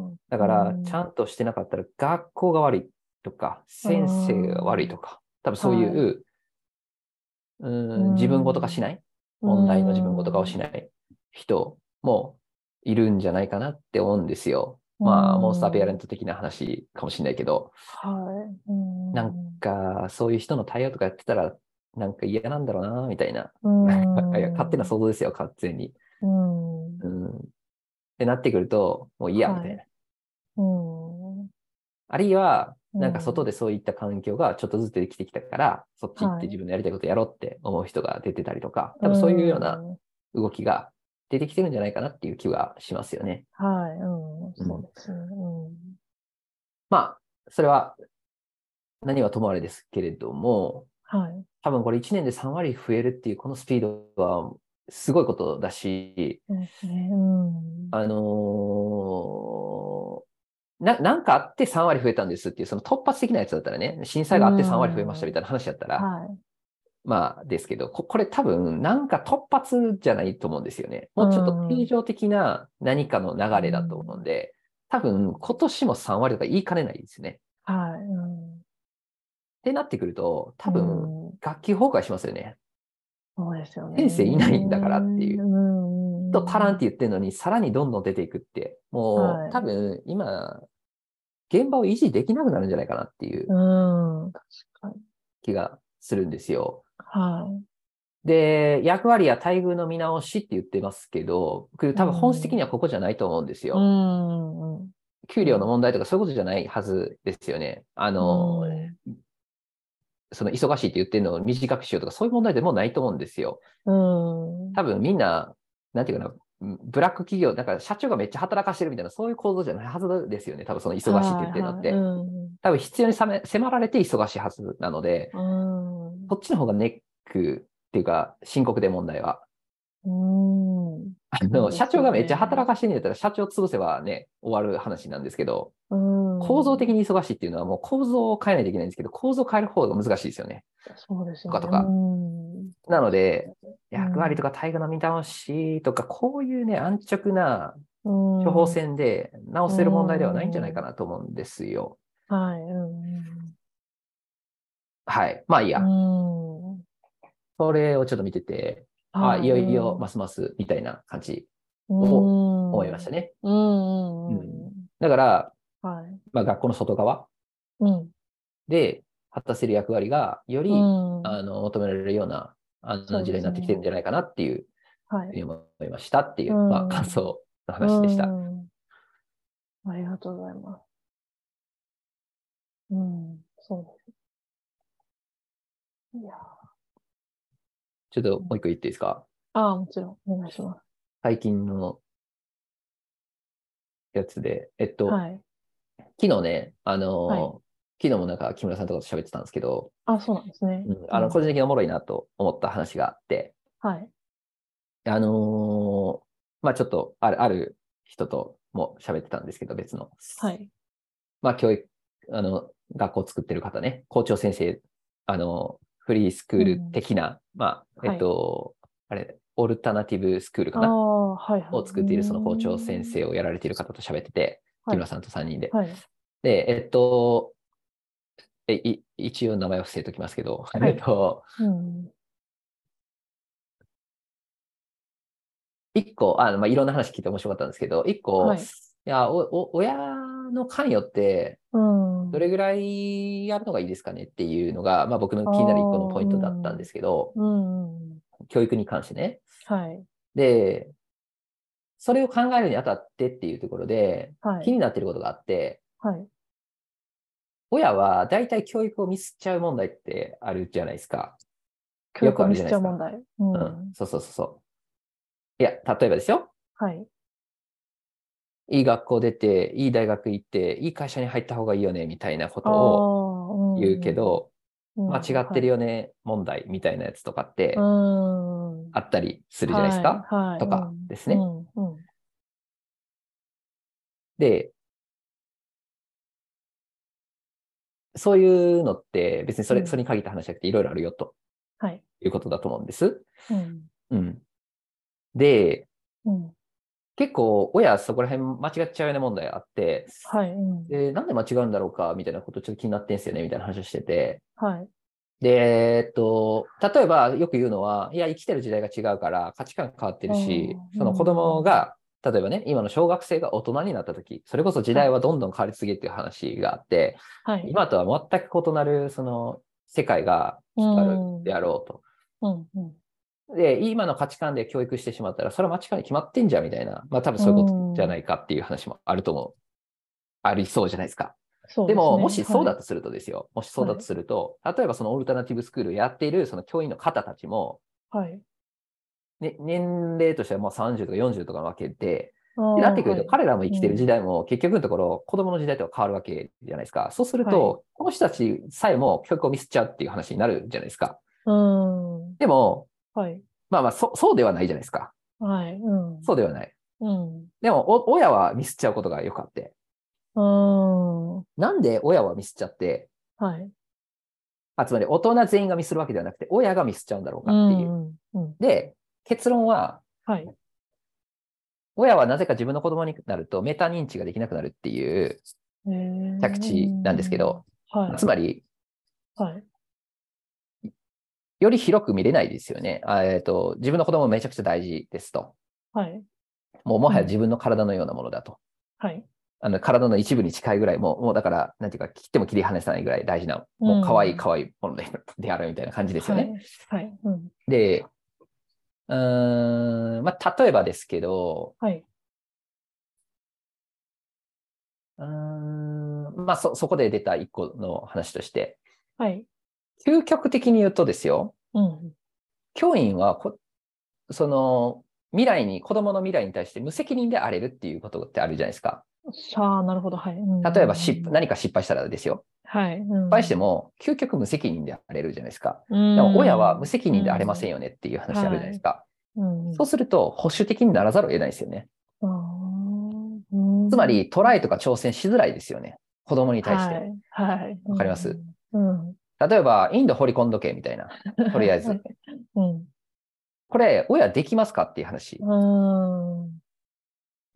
うだから、ちん。 ゃんとしてなかったら学校が悪いとか、 う先生が悪いん。 とか、多分そういはい。 う、 う自分ごと化ん。 しない、 う問題の自分ごと化をしん。 ない人もいるんじゃないかなって思うんですよ。 まあ、モンスターペアレント的な話かもしれないけど、 はい。 なんか、そういう人の対応とかやってたら、なんか嫌なんだろうな、みたいな。 ういや、勝手なん。 想像ですよ、完全に。 うん。 うん。ってなってくると、もういいや、みはい。 たいな。 うん。 あるいは、 うなんか外ん。 でそういった環境がちょっとずつできてきたから、そっち行っはい。 て自分のやりたいことやろうって思う人が出てたりとか、 う多分そういうようなん。 動きが出てきてるんじゃないかなっていう気はしますよね。 はい。うん。 うん。 そうですね。うん。 まあ、それは何はともあれですけれども、 はい。 多分これ1年で3割増えるっていうこのスピードはすごいことだし、 そうですね。うん。 あのなんかあって3割増えたんですっていう、その突発的なやつだったらね、震う災があって3割増えましたみん。 たいな話だったら、 はい。 まあですけど、これ多分なんか突発じゃないと思うんですよね。 うもうちょっと定ん。 常的な何かのう流れだと思うんん。 で、多分今年も3割とか言いかねないですね。 はい。うん。 ってなってくると、 う多分ん。 楽器崩壊しますよね。 そうですよね。 先生いないんだからっていう。 うと足らんってん。 言ってるのに、さらにどんどん出ていくって、もう多はい。 分今、現場を維持できなくなるんじゃないかなっていううん。確かに。 気がするんですよ。 はい。 で、役割や待遇の見直しって言ってますけど、 う多分本質的にん。 はここじゃないと思うんですうよ。 ん。うん。 給料の問題とかそういうことじゃないはずですよね。 うん。 その忙しいって言ってるのを短くしようとかそういう問題でもないと思うんですよ。 うん。 多分みんな、なんていうかな、ブラック企業、だから社長がめっちゃ働かしてるみたいな、そういう構造じゃないはずですよね。多分その忙しいって言ってるのっはい。はい。 て。 うん。 多分必要に迫られて忙しいはずなので、 うん。 そっちの方がネックっていうか深刻で問題は。 うん。そうで社長がめっちゃすよね。 働かしてんやったら社長潰せばね、終わる話なんですけど、 うん。 構造的に忙しいっていうのはもう構造を変えないといけないんですけど、構造を変える方が難しいですよね。 そうですよね。うとかとか。 ん。 なので、役割とうん。 か待遇の見直しとか、こういうね、安直なう処方ん。 箋で直うせる問題ではないんじゃないかん。 なと思うんですよ。 はい。うん。 はい。まあいいうや。 ん。 それをちょっと見てて、あ、いはい。 よいようん。 ますますみたいな感じうをん。 思いましたね。 うん。 うん。 うん。 だから、 はい。 まあ、学校の外側うん。 で果たせる役割がようりん。 求められるようなそうで時代になってきてるんすね。 じゃないかなっていうはい。 ふうに思いましたっていうう、まあ、感ん。 想の話でした。 うん。ありがとうございます。うん。そうです。いや。 ちょっとうん。 もう一個言っていいですか？ ああ、もちろん。お願いします。 最近のやつで、 はい。 昨日ね、 はい。 昨日もなんか木村さんとかと喋ってたんですけど、 あ、そうなんですね。 うん、 うん。 個人的におもろいなと思った話があって、 はい。 まあちょっとある人とも喋ってたんですけど、別の。 はい。 まあ教育、学校を作ってる方ね、校長先生、フリースクールうん。 的な、まあ、 はい。 あれ、オルタナティブスクールあかなあ、はいはい。 をうー作っているその校長先ん。 生をやられている方と喋ってて、木はい。 村さんと3人で。 はい。 で、一応名前を伏せておきますけど、 はい。うん。 一個、まあ、いろんな話聞いて面白かったんですけど、一個、 はい。 いや、親の関与って、 うん。 どれぐらいやるのがいいですかねっていうのが、まあ、僕のああ、 気になる一個のポイうントだったんでん。 すけど、 うん。 教育に関してね。 はい。 で、それを考えるにあたってっていうところで、 はい。 気になっていることがあって、 はい。 親は大体教育をミスっちゃう問題ってあるじゃないですか。よくあ教育を見せるじゃないですか。 ちゃう問題。ううん。 ん。 そうそうそうそう。いや、例えばですよ。 はい。 いい学校出て、いい大学行って、いい会社に入った方がいいよね、みたいなこああ、 とをう言うけん。 ど、 うん。 間違ってはい。 るよね、問題みたいなやつとかっうてん。 あったりするじゃないですはい。 か。 はい。 とかうん。 ですね。 うん。うん。 で、そういうのって別にそれうん。 に限った話じゃなくていろいろあるよとはい。 いうことだと思うんです。 うん。 うん。で、 うん。 結構親そこら辺間違っちゃうような問題あって、 はい。うん。 で、なんで間違うんだろうかみたいなことちょっと気になってんすよねみたいな話をしてて、 はい。 で、例えばよく言うのは、いや、生きてる時代が違うから価値観変わってああ、 るし、 うその子供ん。 が例えばね、今の小学生が大人になった時、それこそ時代はどんどん変わり続けっていう話があって、 はい。 今とは全く異なるその世界がきっとあるであろうと。 うんうんで、今の価値観で教育してしまったら、それは間違いに決まってんじゃんみたいな、まあ多分うそういうことじゃん。 ないかっていう話もあると思う。ありそうじゃないですか。でも、もそうですね。はい。 しそうだとするとですよ、もしそうだとはい。 すると、例えばそのオルタナティブスクールをやっているその教員の方たちも、 はい。 ね、年齢としてはもう30とか40とかのわけで、 ああ、 でなってくると、 はい。 彼らも生きてる時うん。 代も結局のところ、子供の時代とは変わるわけじゃないですか。そうするはい。 と、この人たちさえも教育をミスっちゃうっていう話になるじゃないですか。 うん。 でも、 はい。 まあまあ、そうではないじゃないですか。 はい。うん。 そうではない。 うん。 でも、親はミスっちゃうことがよくあって、 うん。 なんで親はミスっちゃって、 はい。 つまり大人全員がミスるわけではなくて、親がミスっちゃうんだろううかっていう。 ん。うん。 で、結論は、 はい。 親はなぜか自分の子供になるとメタ認知ができなくなるっていう着う地なんですけん。 ど、 はい。 つまり、 はい。 より広く見れないですよね。自分の子供めちゃくちゃ大事ですと。 はい。 もうもはやうん。 自分の体のようなものだと。 はい。 体の一部に近いぐらい、もうだから、なんていうか、切っても切り離せないぐらい大事な、 うもうん。 可愛いものであるみたいな感じですよね。 はい。はい。うん。 で、まあ、例えばですけど、 はい。 まあ、そこで出た一個の話として、 はい。 究極的に言うとですよ、 うん。 教員はその子供の未来に対して無責任であれるっていうことってあるじゃないですか。 さあ、なるほど。はい。う例えばん。 何か失敗したらですよ。 はい。う失敗してん。 も究極無責任であれるじゃないですか。 うでも親は無ん。 責う任であれませんん。 よねっていう話あるじゃはい。 ないですか。 うん。 そうすると保守的にならざるを得ないですよね。 ああ、うん。 つまりトライとか挑戦しづらいですよね。子供に対して。 はい。はい。うわかります？ ん。うん。 例えばインド掘り込んどけみたいな。とりあえはい。 ず。 うん。 これ親できますかっていう話。 うん。うん。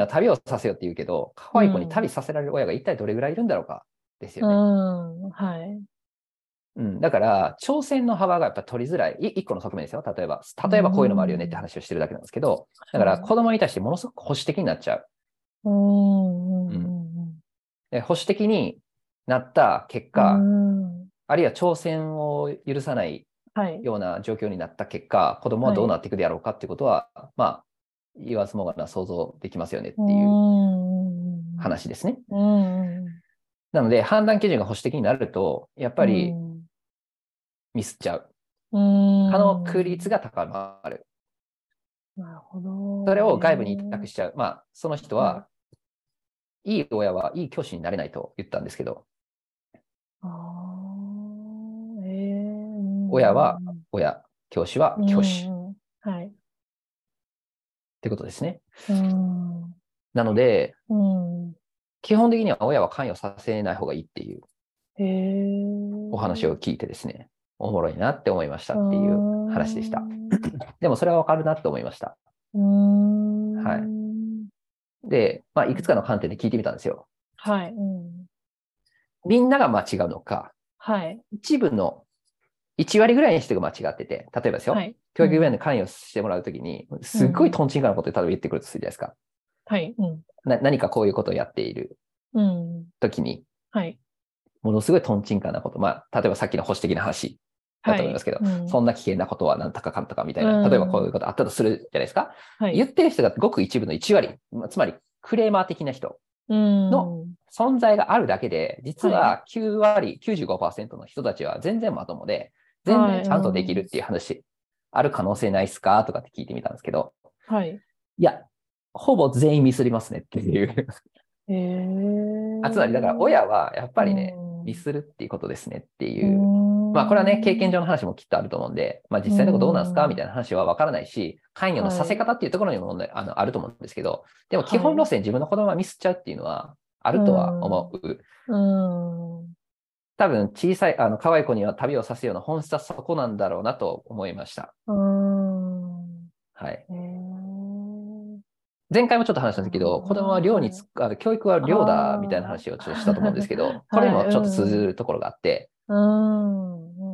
可愛い子には旅をさせよって言うけど、可う愛い子に旅ん。 させられる親が一体どれぐらいいるんだろうかですうよね。 ん。はい。 うん、だから、挑戦の幅がやっぱ取りづらい。一個の側面ですよ。 う例えばこういうのもあるよねってん。 話をしてるだけなんですけど、だからはい。 子供に対してものすごく保守的になっちゃう。 うん。 うん。 うん。 で保守的になった結う果、 ん。 あるいは挑戦を許さないはい。 ような状況になった結果、子供ははい。 どうなっていくであろうかっていうことは、まあ、言わずもがな想像できますよねっうていうん。 話ですね。 うん。 なので、判断基準が保守的になると、やっうぱりん。 ミスっちゃう。 う確率ん。 が高まる。 なるほど。 それを外部に委託へえ。 しちゃう。まあ、その人はい。 は、いい親はいい教師になれないと言ったんですけど、 ああ、ええ、う親はん。 親、教師はう教師っん。うん。はい。 てことですね。 うん。 なので、 うん。 基本的には親は関与させない方がいいっていうへお話をえ。 聞いてですね、おもろいなって思いましたうっていう話でした。 ん。 でもそれはわかるなって思いました。 うはい。 ん。 で、まあ、いくつかの観点で聞いてみたんですよ。 はい。うん。 みんなが間違うのか、 はい。 一部の1割ぐらいにしてが間違ってて、例えばですよ、 はい。 教育現場にうん。 関与してもらうときに、すっごいうん。 トンチンカンなことで例えば言ってくるとするじゃないですか。 はい。うん。 何かこういうことをやっているうん。 ときに、 はい。 ものすごいトンチンカンなこと、まあ、例えばさっきの保守的な話だはい。 と思いますけど、 うん。 そんな危険なことはなんとかかんとかみたういな、例えばこういうん。 ことあったとするじゃないですか。 はい。 言ってる人がごく一部の1割、つまりクレーマー的な人うのん。 存在があるだけで、実はい。 は9割、95%の人たちは全然まともで、全はい。 然ちゃんとできるっうん。 ていう話、ある可能性ないっすかとかって聞いてみたんですけど、 はい。 いや、ほぼ全員ミスりますねっていうへつまりだからえ。 親はやっぱうりね、ミん。 スるっていうことですねってういう。まあこれはね、経験ん。 上の話もきっとあると思うんで、まあ実う際のとこどうなんですかみん。 たいな話はわからないし、関与のさせはい。 方っていうところにも問題、あると思うんですけど、でも基はい。 本路線自分の子供がミスっちゃうっていうのはあうるとは思ん。 う。 うん。 多分小さい、可愛い子には旅をさせるような本質はそこなんだろうなと思いました。 うん。 はい。 へえ。 前回もちょっと話したんなるですけど、子供はほど。はい。 教育は量だみたいなあ話をちょっとしたと思うんですけあ。 ど、これにはい。 もちょっと通うん。 ずるところがあって、 うん。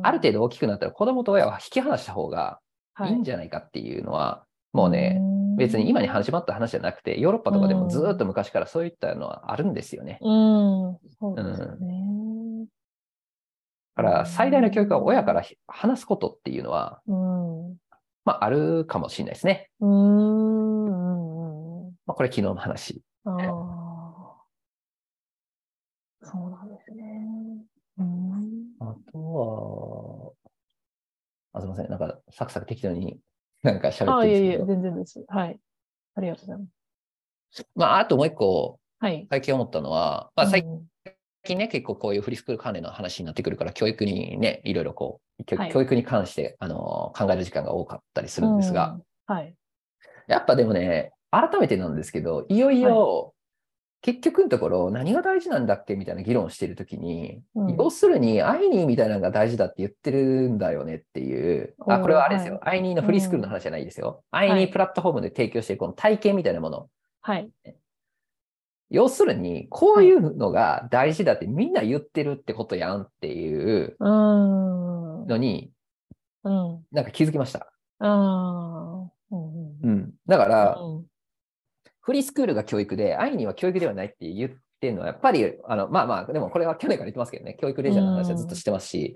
うん。 ある程度大きくなったら子供と親は引き離した方がいはい。 いんじゃないかっていうのは、 うーもうね、 別に今に始まった話じゃなくて、ヨーロッパとかでもずっと昔からそういったのはあるんですよね。 そうですね。 だから最大の教育は親から話すことっていうのは、まああるかもしれないですね。まあこれ昨日の話。 ああ、そうなんですね。 あとは、すみません。なんかサクサク適当になんか喋ってるんですけど。 全然です。はい。ありがとうございます。 まああともう一個、 はい。 最近思ったのは、まあ最近ね、結構こういうフリースクール関連の話になってくるから、教育にね、いろいろこう、教育に関して、考える時間が多かったりするんですが、やっぱでもね、改めてなんですけど、いよいよ、結局のところ何が大事なんだっけみたいな議論をしているときに、要するにアイニーみたいなのが大事だって言ってるんだよねっていう、これはあれですよ。アイニーのフリースクールの話じゃないですよ。アイニープラットフォームで提供しているこの体験みたいなもの。要するに、こういうのが大事だってみんな言ってるってことやんっていうのに、なんか気づきました。だから、フリースクールが教育で、アイニーは教育ではないって言ってるのは、やっぱり、まあまあ、でもこれは去年から言ってますけどね、教育レジャーの話はずっとしてますし、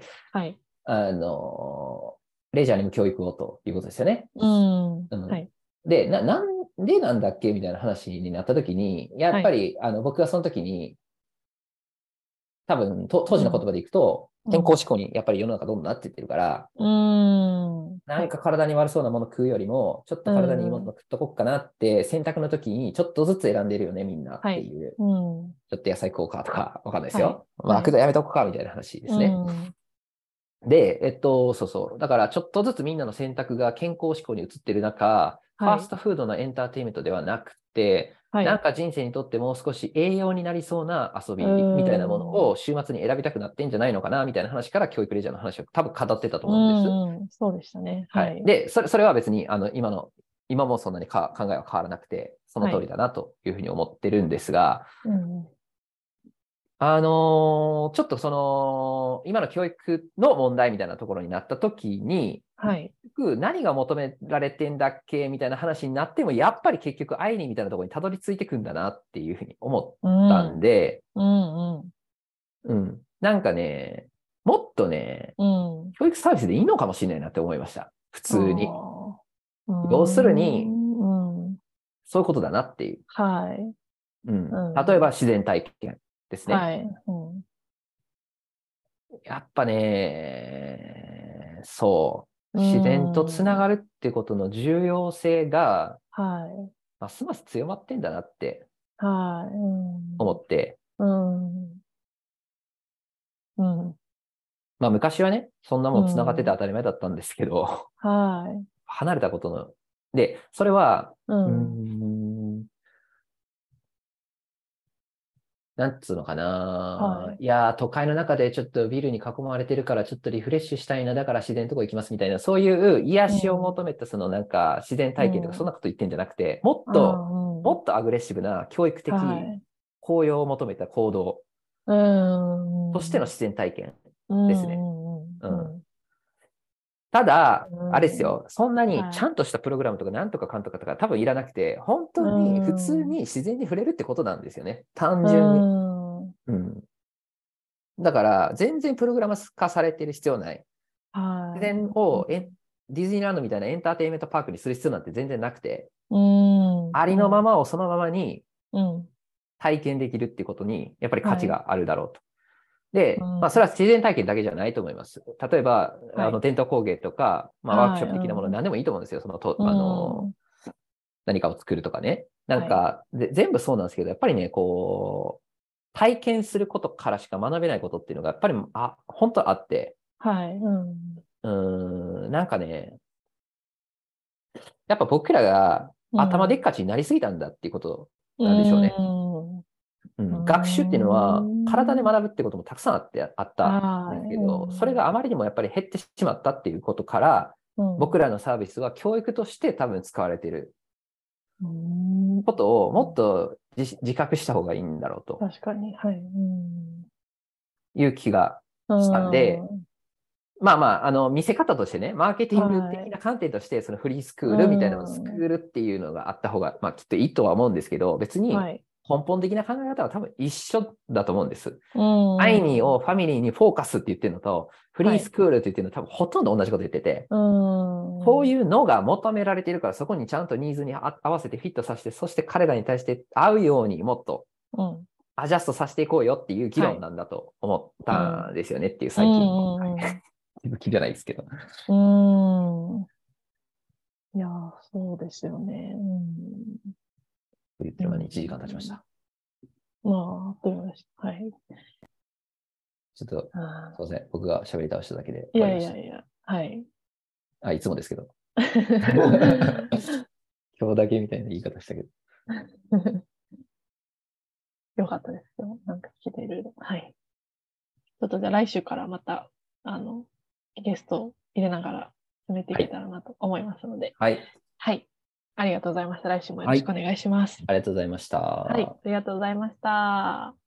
レジャーにも教育をということですよね。で、なんでなんだっけみたいな話になったときに、やっぱり、僕がその時に、多分、当時の言葉でいくと、健康志向にやっぱり世の中どんどんなっていってるから、なんか体に悪そうなもの食うよりも、ちょっと体にいいもの食っとこっかなって選択の時にちょっとずつ選んでるよね、みんなっていう。ちょっと野菜食おうかとか、わかんないですよ。まあ、悪やめとこうかみたいな話ですね。で、そうそう。だから、ちょっとずつみんなの選択が健康志向に移ってる中、ファーストフードのエンターテインメントではなくて、なんか人生にとってもう少し栄養になりそうな遊びみたいなものを週末に選びたくなってんじゃないのかなみたいな話から教育レジャーの話を多分語ってたと思うんです。 そうでしたね。 で、それは別に今もそんなに考えは変わらなくて、その通りだなというふうに思ってるんですが、ちょっとその、今の教育の問題みたいなところになったときに、何が求められてんだっけみたいな話になっても、やっぱり結局、アイニーみたいなところにたどり着いてくんだなっていうふうに思ったんで、なんかね、もっとね、教育サービスでいいのかもしれないなって思いました。普通に。要するに、そういうことだなっていう。例えば自然体験ですね。やっぱね、そう、自然とつながるってことの重要性が、ますます強まってんだなって思って、まあ昔はね、そんなもんつながってて当たり前だったんですけど、離れたことの、で、それは、なんつうのかな、いや、都会の中でちょっとビルに囲まれてるからちょっとリフレッシュしたいな、だから自然のとこ行きますみたいな、そういう癒しを求めたそのなんか自然体験とかそんなこと言ってんじゃなくて、もっとアグレッシブな教育的効用を求めた行動としての自然体験ですね。ただ、あれですよ、そんなにちゃんとしたプログラムとかなんとかかんとかとか多分いらなくて、本当に普通に自然に触れるってことなんですよね。単純に。だから、全然プログラム化されてる必要ない。自然をディズニーランドみたいなエンターテインメントパークにする必要なんて全然なくて、ありのままをそのままに体験できるっていうことに、やっぱり価値があるだろうと。で、まあ、それは自然体験だけじゃないと思います。例えば、伝統工芸とか、まあ、ワークショップ的なもの何でもいいと思うんですよ。何かを作るとかね。なんか、全部そうなんですけど、やっぱりね、こう、体験することからしか学べないことっていうのが、やっぱり、本当あって。なんかね、やっぱ僕らが頭でっかちになりすぎたんだっていうことなんでしょうね。学習っていうのは体で学ぶってこともたくさんあったんですけど、それがあまりにもやっぱり減ってしまったっていうことから、僕らのサービスは教育として多分使われていることをもっと自覚した方がいいんだろうと。 確かに。 いう気がしたんで、 見せ方としてね、マーケティング的な観点として、そのフリースクールみたいなのスクールっていうのがあった方が、きっといいとは思うんですけど、別に根本的な考え方は多分一緒だと思うんです。アイニーをファミリーにフォーカスって言ってるのと、フリースクールって言ってるのは多分ほとんど同じこと言ってて、こういうのが求められているから、そこにちゃんとニーズに合わせてフィットさせて、そして彼らに対して合うようにもっとアジャストさせていこうよっていう議論なんだと思ったんですよねっていう最近の。気じゃないですけど。 いや、そうですよね。 言ってる間に1時間経ちました。 あっという間でした。はい。 ちょっと、すいません。僕が喋り倒しただけでいやいやいや、はい。 いつもですけど。今日だけみたいな言い方したけど。 よかったですよ。なんか聞いていろいろ。はい。ちょっとじゃあ来週からまた、ゲストを入れながら進めていけたらなと思いますので。 はい。 はい。ありがとうございました。来週もよろしくお願いします。 ありがとうございました。 はい。ありがとうございました。